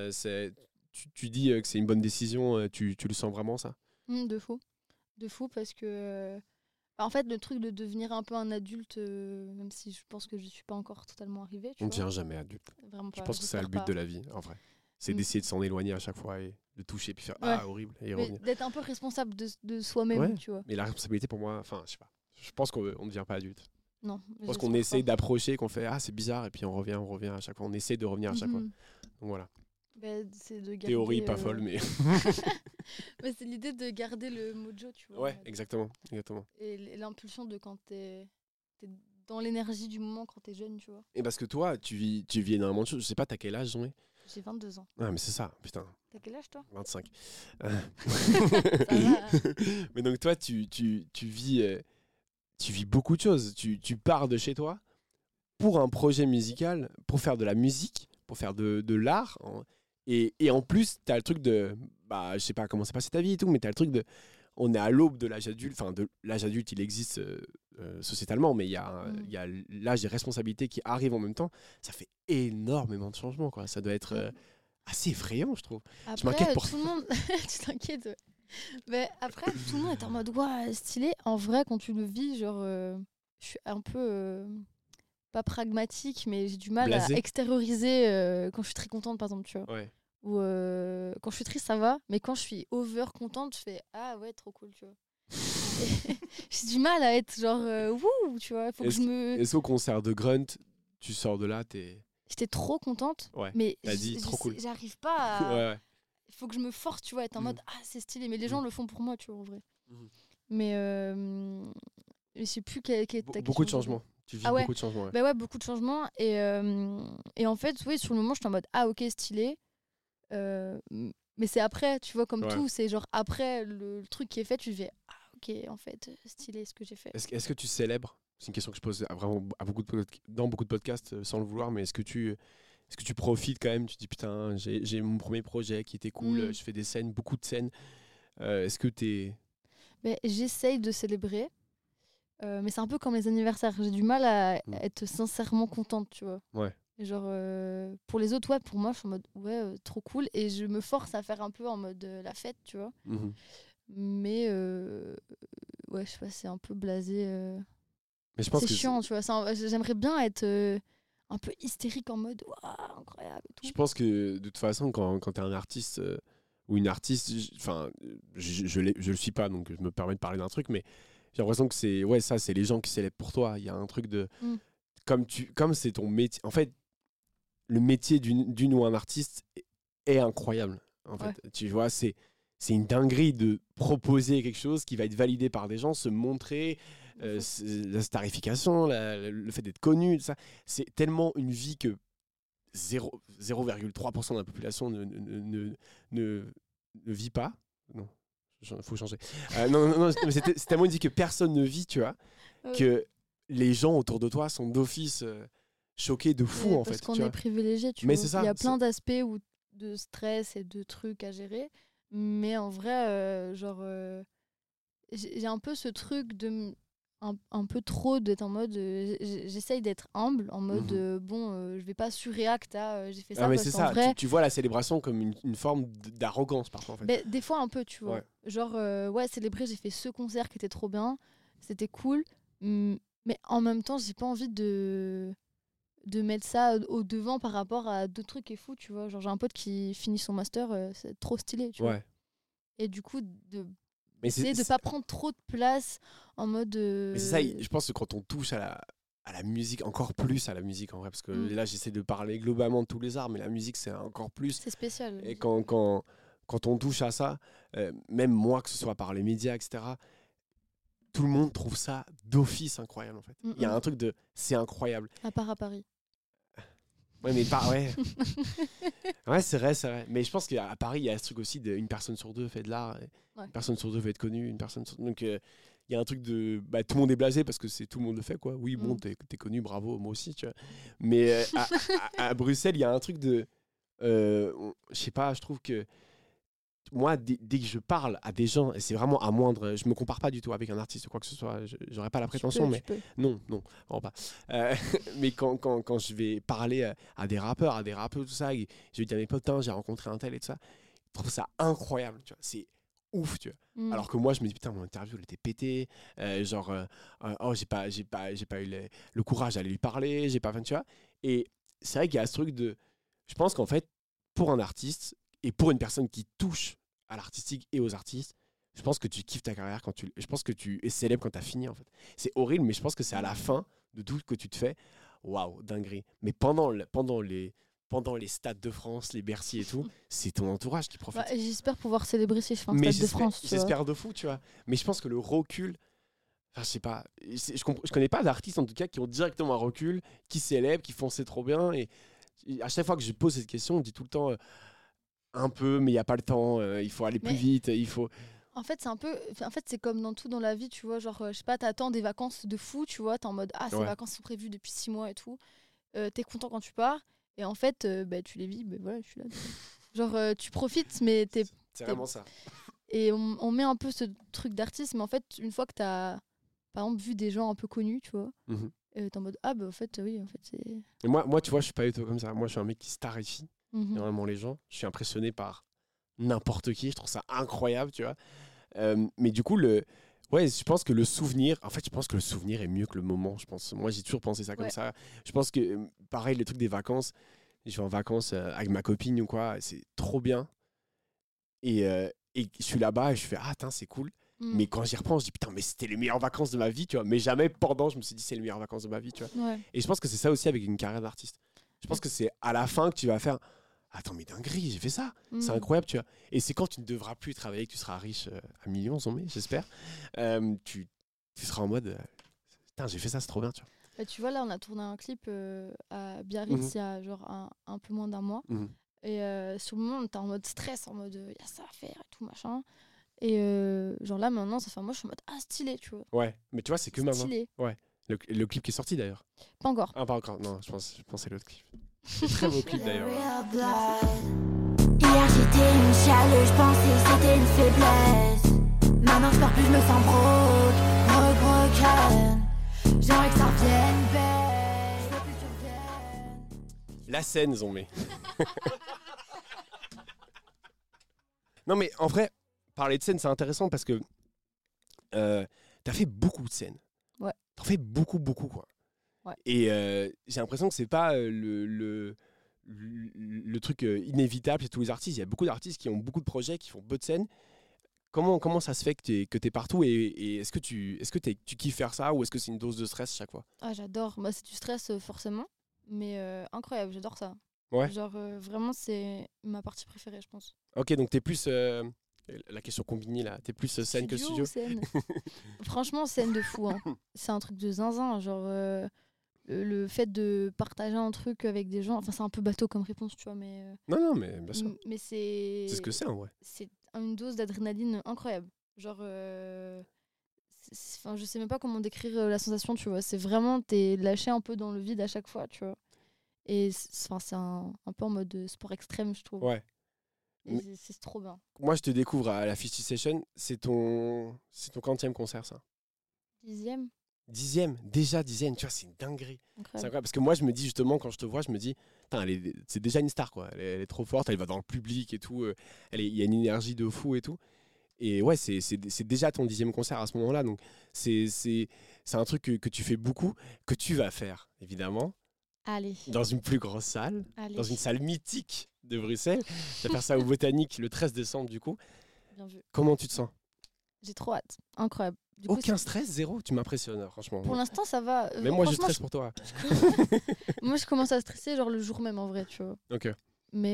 [SPEAKER 1] tu dis que c'est une bonne décision, tu le sens vraiment, ça?
[SPEAKER 2] De fou. De fou, parce que... en fait, le truc de devenir un peu un adulte, même si je pense que je suis pas encore totalement arrivée.
[SPEAKER 1] On ne devient jamais adulte.
[SPEAKER 2] Vraiment pas.
[SPEAKER 1] Je pense que c'est le but de la vie, en vrai. C'est d'essayer de s'en éloigner à chaque fois et de toucher, puis faire ah, horrible, et revenir.
[SPEAKER 2] D'être un peu responsable de soi-même, tu vois.
[SPEAKER 1] Mais la responsabilité, pour moi, enfin, je sais pas. Je pense qu'on ne devient pas adulte.
[SPEAKER 2] Non.
[SPEAKER 1] Je pense qu'on essaie d'approcher, qu'on fait ah, c'est bizarre, et puis on revient à chaque fois. On essaie de revenir à chaque fois. Donc voilà.
[SPEAKER 2] C'est de garder,
[SPEAKER 1] théorie pas folle, mais...
[SPEAKER 2] mais c'est l'idée de garder le mojo, tu vois.
[SPEAKER 1] Ouais, exactement.
[SPEAKER 2] Et l'impulsion de quand t'es dans l'énergie du moment quand t'es jeune, tu vois.
[SPEAKER 1] Et parce que toi, tu vis énormément de choses. Je sais pas, t'as quel âge, Zoé?
[SPEAKER 2] J'ai 22 ans.
[SPEAKER 1] Ah, mais c'est ça, putain.
[SPEAKER 2] T'as quel âge, toi?
[SPEAKER 1] 25.
[SPEAKER 2] Ça va.
[SPEAKER 1] Mais donc toi, tu vis beaucoup de choses. Tu pars de chez toi pour un projet musical, pour faire de la musique, pour faire de l'art. Et en plus, t'as le truc de... Bah, je sais pas comment s'est passé ta vie et tout, mais t'as le truc de... On est à l'aube de l'âge adulte. Enfin, l'âge adulte, il existe sociétalement, mais il y a l'âge des responsabilités qui arrivent en même temps. Ça fait énormément de changements, quoi. Ça doit être assez effrayant, je trouve.
[SPEAKER 2] Après,
[SPEAKER 1] je m'inquiète pour
[SPEAKER 2] tout le monde... tu t'inquiètes, ouais. Mais après, tout le monde est en mode ouais, stylé. En vrai, quand tu le vis, genre, je suis un peu... pas pragmatique, mais j'ai du mal
[SPEAKER 1] blasé.
[SPEAKER 2] À extérioriser quand je suis très contente, par exemple, tu vois.
[SPEAKER 1] Ouais.
[SPEAKER 2] Ou quand je suis triste, ça va, mais quand je suis over contente, je fais ah ouais, trop cool, tu vois. j'ai du mal à être genre wouh, tu vois. Faut que je me.
[SPEAKER 1] Est-ce qu'au concert de Grunt, tu sors de là,
[SPEAKER 2] J'étais trop contente,
[SPEAKER 1] ouais.
[SPEAKER 2] mais
[SPEAKER 1] T'as dit trop cool.
[SPEAKER 2] j'arrive pas à.
[SPEAKER 1] Ouais.
[SPEAKER 2] Il faut que je me force, tu vois, être en mode ah c'est stylé, mais les gens le font pour moi, tu vois, en vrai. Mais je sais plus quelle est ta
[SPEAKER 1] Beaucoup de
[SPEAKER 2] question.
[SPEAKER 1] changements. Tu vis
[SPEAKER 2] ouais.
[SPEAKER 1] beaucoup de changements. Ouais.
[SPEAKER 2] Bah ouais, beaucoup de changements. Et en fait, oui, sur le moment, j'étais en mode ah ok, stylé. Mais c'est après, tu vois, comme tout, c'est genre après le truc qui est fait, tu fais ah ok, en fait, stylé ce que j'ai fait.
[SPEAKER 1] Est-ce que tu célèbres? C'est une question que je pose vraiment dans beaucoup de podcasts sans le vouloir, mais est-ce que tu profites quand même? Tu te dis putain, j'ai mon premier projet qui était cool, je fais des scènes, beaucoup de scènes. Est-ce que t'es...
[SPEAKER 2] J'essaye de célébrer, mais c'est un peu comme les anniversaires. J'ai du mal à être sincèrement contente, tu vois.
[SPEAKER 1] Ouais.
[SPEAKER 2] Et genre, pour les autres, ouais, pour moi, je suis en mode ouais, trop cool. Et je me force à faire un peu en mode la fête, tu vois. Mais ouais, je sais pas, c'est un peu blasé.
[SPEAKER 1] Mais je pense
[SPEAKER 2] c'est
[SPEAKER 1] que
[SPEAKER 2] chiant, tu vois. J'aimerais bien être un peu hystérique en mode waouh, incroyable et tout.
[SPEAKER 1] Je pense que de toute façon, quand t'es un artiste ou une artiste, enfin, je le suis pas, donc je me permets de parler d'un truc, mais j'ai l'impression que c'est les gens qui célèbrent pour toi. Il y a un truc de comme c'est ton métier. En fait, le métier d'une ou un artiste est incroyable. En fait, tu vois, c'est une dinguerie de proposer quelque chose qui va être validé par des gens, se montrer. La starification, le fait d'être connu, ça, c'est tellement une vie que 0,3% de la population ne vit pas. Non, il faut changer. Non, mais c'est tellement une vie que personne ne vit, tu vois, que les gens autour de toi sont d'office choqués de fou, en fait.
[SPEAKER 2] Parce qu'on est privilégié, tu
[SPEAKER 1] vois.
[SPEAKER 2] Il y a plein d'aspects de stress et de trucs à gérer, mais en vrai, j'ai un peu ce truc de... un peu trop d'être en mode j'essaye d'être humble en mode je vais pas surréact à j'ai fait ça
[SPEAKER 1] mais
[SPEAKER 2] parce
[SPEAKER 1] c'est
[SPEAKER 2] qu'en
[SPEAKER 1] ça,
[SPEAKER 2] vrai
[SPEAKER 1] tu vois la célébration comme une forme d'arrogance parfois en fait.
[SPEAKER 2] Des fois un peu, tu vois, genre célébrer, j'ai fait ce concert qui était trop bien, c'était cool, mais en même temps j'ai pas envie de mettre ça au devant par rapport à d'autres trucs qui est fou, tu vois, genre j'ai un pote qui finit son master, c'est trop stylé, tu vois, et du coup essayer de pas prendre trop de place en mode
[SPEAKER 1] mais c'est ça, je pense que quand on touche à la musique, encore plus à la musique en vrai, parce que là j'essaie de parler globalement de tous les arts, mais la musique c'est encore plus,
[SPEAKER 2] c'est spécial,
[SPEAKER 1] et quand on touche à ça, même moi, que ce soit par les médias, etc., tout le monde trouve ça d'office incroyable en fait. Il y a un truc de c'est incroyable,
[SPEAKER 2] à part à Paris.
[SPEAKER 1] Ouais, mais pas. Ouais. Ouais, c'est vrai. Mais je pense qu'à Paris, il y a ce truc aussi d'une personne sur deux fait de l'art. Une personne sur deux veut être connue. Donc, il y a un truc de. Bah, tout le monde est blasé parce que tout le monde le fait, quoi. Oui, bon, t'es connu, bravo, moi aussi, tu vois. Mais à Bruxelles, il y a un truc de. Je sais pas, je trouve que. Moi, dès que je parle à des gens, et c'est vraiment à moindre, je me compare pas du tout avec un artiste ou quoi que ce soit, j'aurais pas la prétention, mais non, vraiment pas. Mais quand je vais parler à des rappeurs, tout ça, et je dis à mes potes, j'ai rencontré un tel et tout ça, je trouve ça incroyable, tu vois, c'est ouf, tu vois. Alors que moi, je me dis, putain, mon interview, elle était pétée, j'ai pas eu le courage d'aller lui parler, tu vois. Et c'est vrai qu'il y a ce truc de, je pense qu'en fait, pour un artiste, et pour une personne qui touche à l'artistique et aux artistes, je pense que tu kiffes ta carrière je pense que tu es célèbre quand tu as fini en fait. C'est horrible, mais je pense que c'est à la fin de tout ce que tu te fais, waouh, dinguerie. Mais pendant les stades de France, les Bercy et tout, c'est ton entourage qui profite.
[SPEAKER 2] J'espère pouvoir célébrer si je fais un stade de France.
[SPEAKER 1] J'espère de fou, tu vois. Mais je pense que le recul, enfin, je sais pas, je connais pas d'artistes en tout cas qui ont directement un recul, qui célèbrent, qui font c'est trop bien. Et à chaque fois que je pose cette question, on dit tout le temps un peu, mais il n'y a pas le temps, il faut aller plus vite, il faut...
[SPEAKER 2] En fait, c'est comme dans tout dans la vie, tu vois, genre, je sais pas, t'attends des vacances de fou, tu vois, t'es en mode, ces vacances sont prévues depuis 6 mois et tout, t'es content quand tu pars, et en fait, tu les vis, voilà, je suis là. Genre, tu profites, mais
[SPEAKER 1] c'est vraiment ça.
[SPEAKER 2] Et on met un peu ce truc d'artiste, mais en fait, une fois que t'as, par exemple, vu des gens un peu connus, tu vois, t'es en mode, en fait, oui, en fait, c'est...
[SPEAKER 1] Et moi, tu vois, je suis pas du tout comme ça. Moi, je suis un mec qui starifie énormément les gens. Je suis impressionné par n'importe qui. Je trouve ça incroyable, tu vois. Mais du coup, je pense que le souvenir... En fait, je pense que le souvenir est mieux que le moment, je pense. Moi, j'ai toujours pensé ça comme ça. Je pense que, pareil, le truc des vacances, je vais en vacances avec ma copine ou quoi, c'est trop bien. Et je suis là-bas et je fais, c'est cool. Mais quand j'y repense, je dis putain, mais c'était les meilleures vacances de ma vie, tu vois. Mais jamais pendant, je me suis dit c'est les meilleures vacances de ma vie, tu vois.
[SPEAKER 2] Ouais.
[SPEAKER 1] Et je pense que c'est ça aussi avec une carrière d'artiste. Je pense que c'est à la fin que tu vas faire attends, mais dinguerie, j'ai fait ça. C'est incroyable, tu vois. Et c'est quand tu ne devras plus travailler que tu seras riche à millions, j'espère. Tu seras en mode putain, j'ai fait ça, c'est trop bien, tu vois.
[SPEAKER 2] Bah, tu vois, là, on a tourné un clip à Biarritz il y a genre un peu moins d'un mois. Et sur le moment, on était en mode stress, en mode il y a ça à faire et tout, machin. Et genre là, maintenant, ça fait un mois, je suis en mode stylé, tu vois.
[SPEAKER 1] Ouais, mais tu vois, c'est que maintenant.
[SPEAKER 2] Stylé.
[SPEAKER 1] Ouais. Le clip qui est sorti d'ailleurs.
[SPEAKER 2] Pas encore.
[SPEAKER 1] Ah, pas encore, non, je pensais l'autre clip. C'est très beau clip d'ailleurs.
[SPEAKER 6] Hier j'étais une chialeuse, je pensais que c'était une faiblesse. Maintenant je pars plus, je me sens broken. J'aimerais que ça revienne, babe. Je veux plus que tu reviennes.
[SPEAKER 1] La scène, Zombie. Non mais en vrai, parler de scène c'est intéressant parce que t'as fait beaucoup de scènes.
[SPEAKER 2] Ouais.
[SPEAKER 1] T'en fais beaucoup quoi.
[SPEAKER 2] Ouais.
[SPEAKER 1] Et j'ai l'impression que c'est pas le truc inévitable chez tous les artistes. Il y a beaucoup d'artistes qui ont beaucoup de projets, qui font peu de scènes. Comment ça se fait que t'es partout et est-ce que tu kiffes faire ça ou est-ce que c'est une dose de stress chaque fois?
[SPEAKER 2] Ah, j'adore. Bah, c'est du stress forcément, mais incroyable, j'adore ça.
[SPEAKER 1] Ouais.
[SPEAKER 2] Genre vraiment, c'est ma partie préférée, je pense.
[SPEAKER 1] Ok, donc t'es plus la question combinée là, t'es plus scène que studio.
[SPEAKER 2] Ou scène Franchement, scène de fou. Hein. C'est un truc de zinzin. Genre le fait de partager un truc avec des gens, enfin c'est un peu bateau comme réponse, tu vois, mais
[SPEAKER 1] Non, mais bien sûr.
[SPEAKER 2] mais c'est
[SPEAKER 1] C'est ce que c'est en vrai.
[SPEAKER 2] C'est une dose d'adrénaline incroyable. Genre enfin je sais même pas comment décrire la sensation, tu vois. C'est vraiment t'es lâché un peu dans le vide à chaque fois, tu vois. Et c'est un peu en mode sport extrême, je trouve.
[SPEAKER 1] Ouais.
[SPEAKER 2] Et c'est trop bien.
[SPEAKER 1] Moi, je te découvre à la 50 Session. C'est ton quantième concert, ça?
[SPEAKER 2] 10e.
[SPEAKER 1] 10e, déjà 10e, tu vois, c'est une dinguerie. C'est incroyable. Parce que moi, je me dis justement, quand je te vois, je me dis, c'est déjà une star, quoi. Elle est trop forte, elle va dans le public et tout. Il y a une énergie de fou et tout. Et ouais, c'est déjà ton 10e concert à ce moment-là. Donc, c'est un truc que tu fais beaucoup, que tu vas faire, évidemment.
[SPEAKER 2] Allez.
[SPEAKER 1] Dans une plus grosse salle, dans une salle mythique de Bruxelles. Tu vas faire ça au Botanique le 13 décembre, du coup.
[SPEAKER 2] Bien vu.
[SPEAKER 1] Comment tu te sens?
[SPEAKER 2] J'ai trop hâte. Incroyable. Du
[SPEAKER 1] Aucun stress, zéro. Tu m'impressionnes, franchement.
[SPEAKER 2] Pour l'instant, ça va.
[SPEAKER 1] Mais moi, je stresse pour toi.
[SPEAKER 2] Moi, je commence à stresser genre le jour même, en vrai, tu vois.
[SPEAKER 1] Ok.
[SPEAKER 2] Mais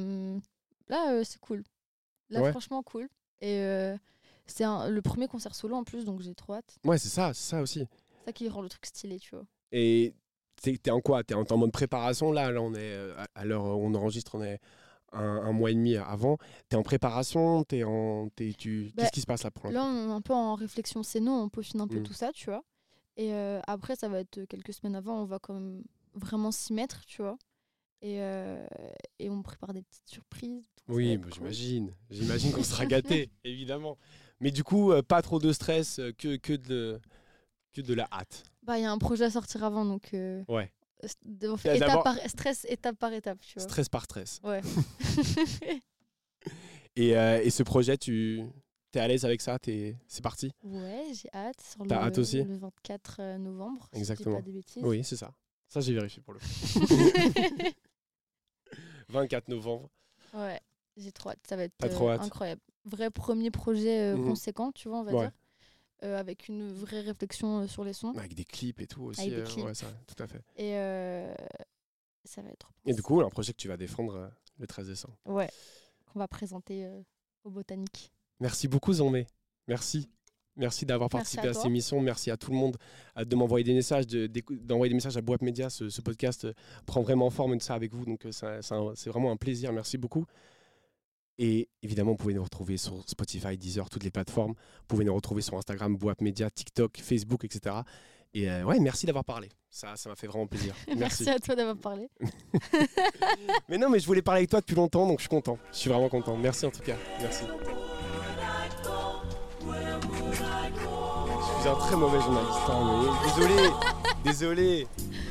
[SPEAKER 2] là, c'est cool. Là,
[SPEAKER 1] ouais.
[SPEAKER 2] Franchement, cool. Et c'est le premier concert solo, en plus, donc j'ai trop hâte.
[SPEAKER 1] Ouais, c'est ça aussi.
[SPEAKER 2] C'est ça qui rend le truc stylé, tu vois.
[SPEAKER 1] Et t'es en quoi? T'es en mode préparation, là on est à l'heure où on enregistre, on est un mois et demi avant. T'es en préparation, qu'est-ce qui se passe là pour l'instant?
[SPEAKER 2] Là, on est un peu en réflexion, c'est non, on peaufine un peu tout ça, tu vois. Et après, ça va être quelques semaines avant, on va quand même vraiment s'y mettre, tu vois. Et on prépare des petites surprises.
[SPEAKER 1] Oui, bah, cool. J'imagine qu'on sera gâtés, évidemment. Mais du coup, pas trop de stress, que de la hâte.
[SPEAKER 2] Bah, il y a un projet à sortir avant, donc
[SPEAKER 1] ouais.
[SPEAKER 2] Stress étape par étape, tu vois.
[SPEAKER 1] Stress par stress.
[SPEAKER 2] Ouais.
[SPEAKER 1] et ce projet, t'es à l'aise avec ça? C'est parti?
[SPEAKER 2] Ouais, j'ai hâte.
[SPEAKER 1] T'as hâte aussi?
[SPEAKER 2] Le 24 novembre.
[SPEAKER 1] Exactement.
[SPEAKER 2] Si je dis pas des bêtises.
[SPEAKER 1] Oui, c'est ça. Ça, j'ai vérifié pour le coup. 24 novembre.
[SPEAKER 2] Ouais, j'ai trop hâte. Ça va être incroyable. Vrai premier projet conséquent, tu vois, on va dire. Avec une vraie réflexion sur les sons.
[SPEAKER 1] Avec des clips et tout aussi.
[SPEAKER 2] Avec des clips.
[SPEAKER 1] Ouais, ça, tout à fait.
[SPEAKER 2] Et ça va être trop.
[SPEAKER 1] Et du coup, un projet que tu vas défendre le 13 décembre.
[SPEAKER 2] Ouais, qu'on va présenter au Botanique.
[SPEAKER 1] Merci beaucoup, Zombie. Merci d'avoir participé à cette émission. Merci à tout le monde de m'envoyer des messages, d'envoyer des messages à Boap Media. Ce podcast prend vraiment forme de ça avec vous. Donc, c'est vraiment un plaisir. Merci beaucoup. Et évidemment, vous pouvez nous retrouver sur Spotify, Deezer, toutes les plateformes. Vous pouvez nous retrouver sur Instagram, Boap Media, TikTok, Facebook, etc. Et ouais, merci d'avoir parlé. Ça m'a fait vraiment plaisir.
[SPEAKER 2] Merci à toi d'avoir parlé.
[SPEAKER 1] Mais non, mais je voulais parler avec toi depuis longtemps, donc je suis content. Je suis vraiment content. Merci en tout cas. Merci. Je suis un très mauvais journaliste. Hein, mais désolé.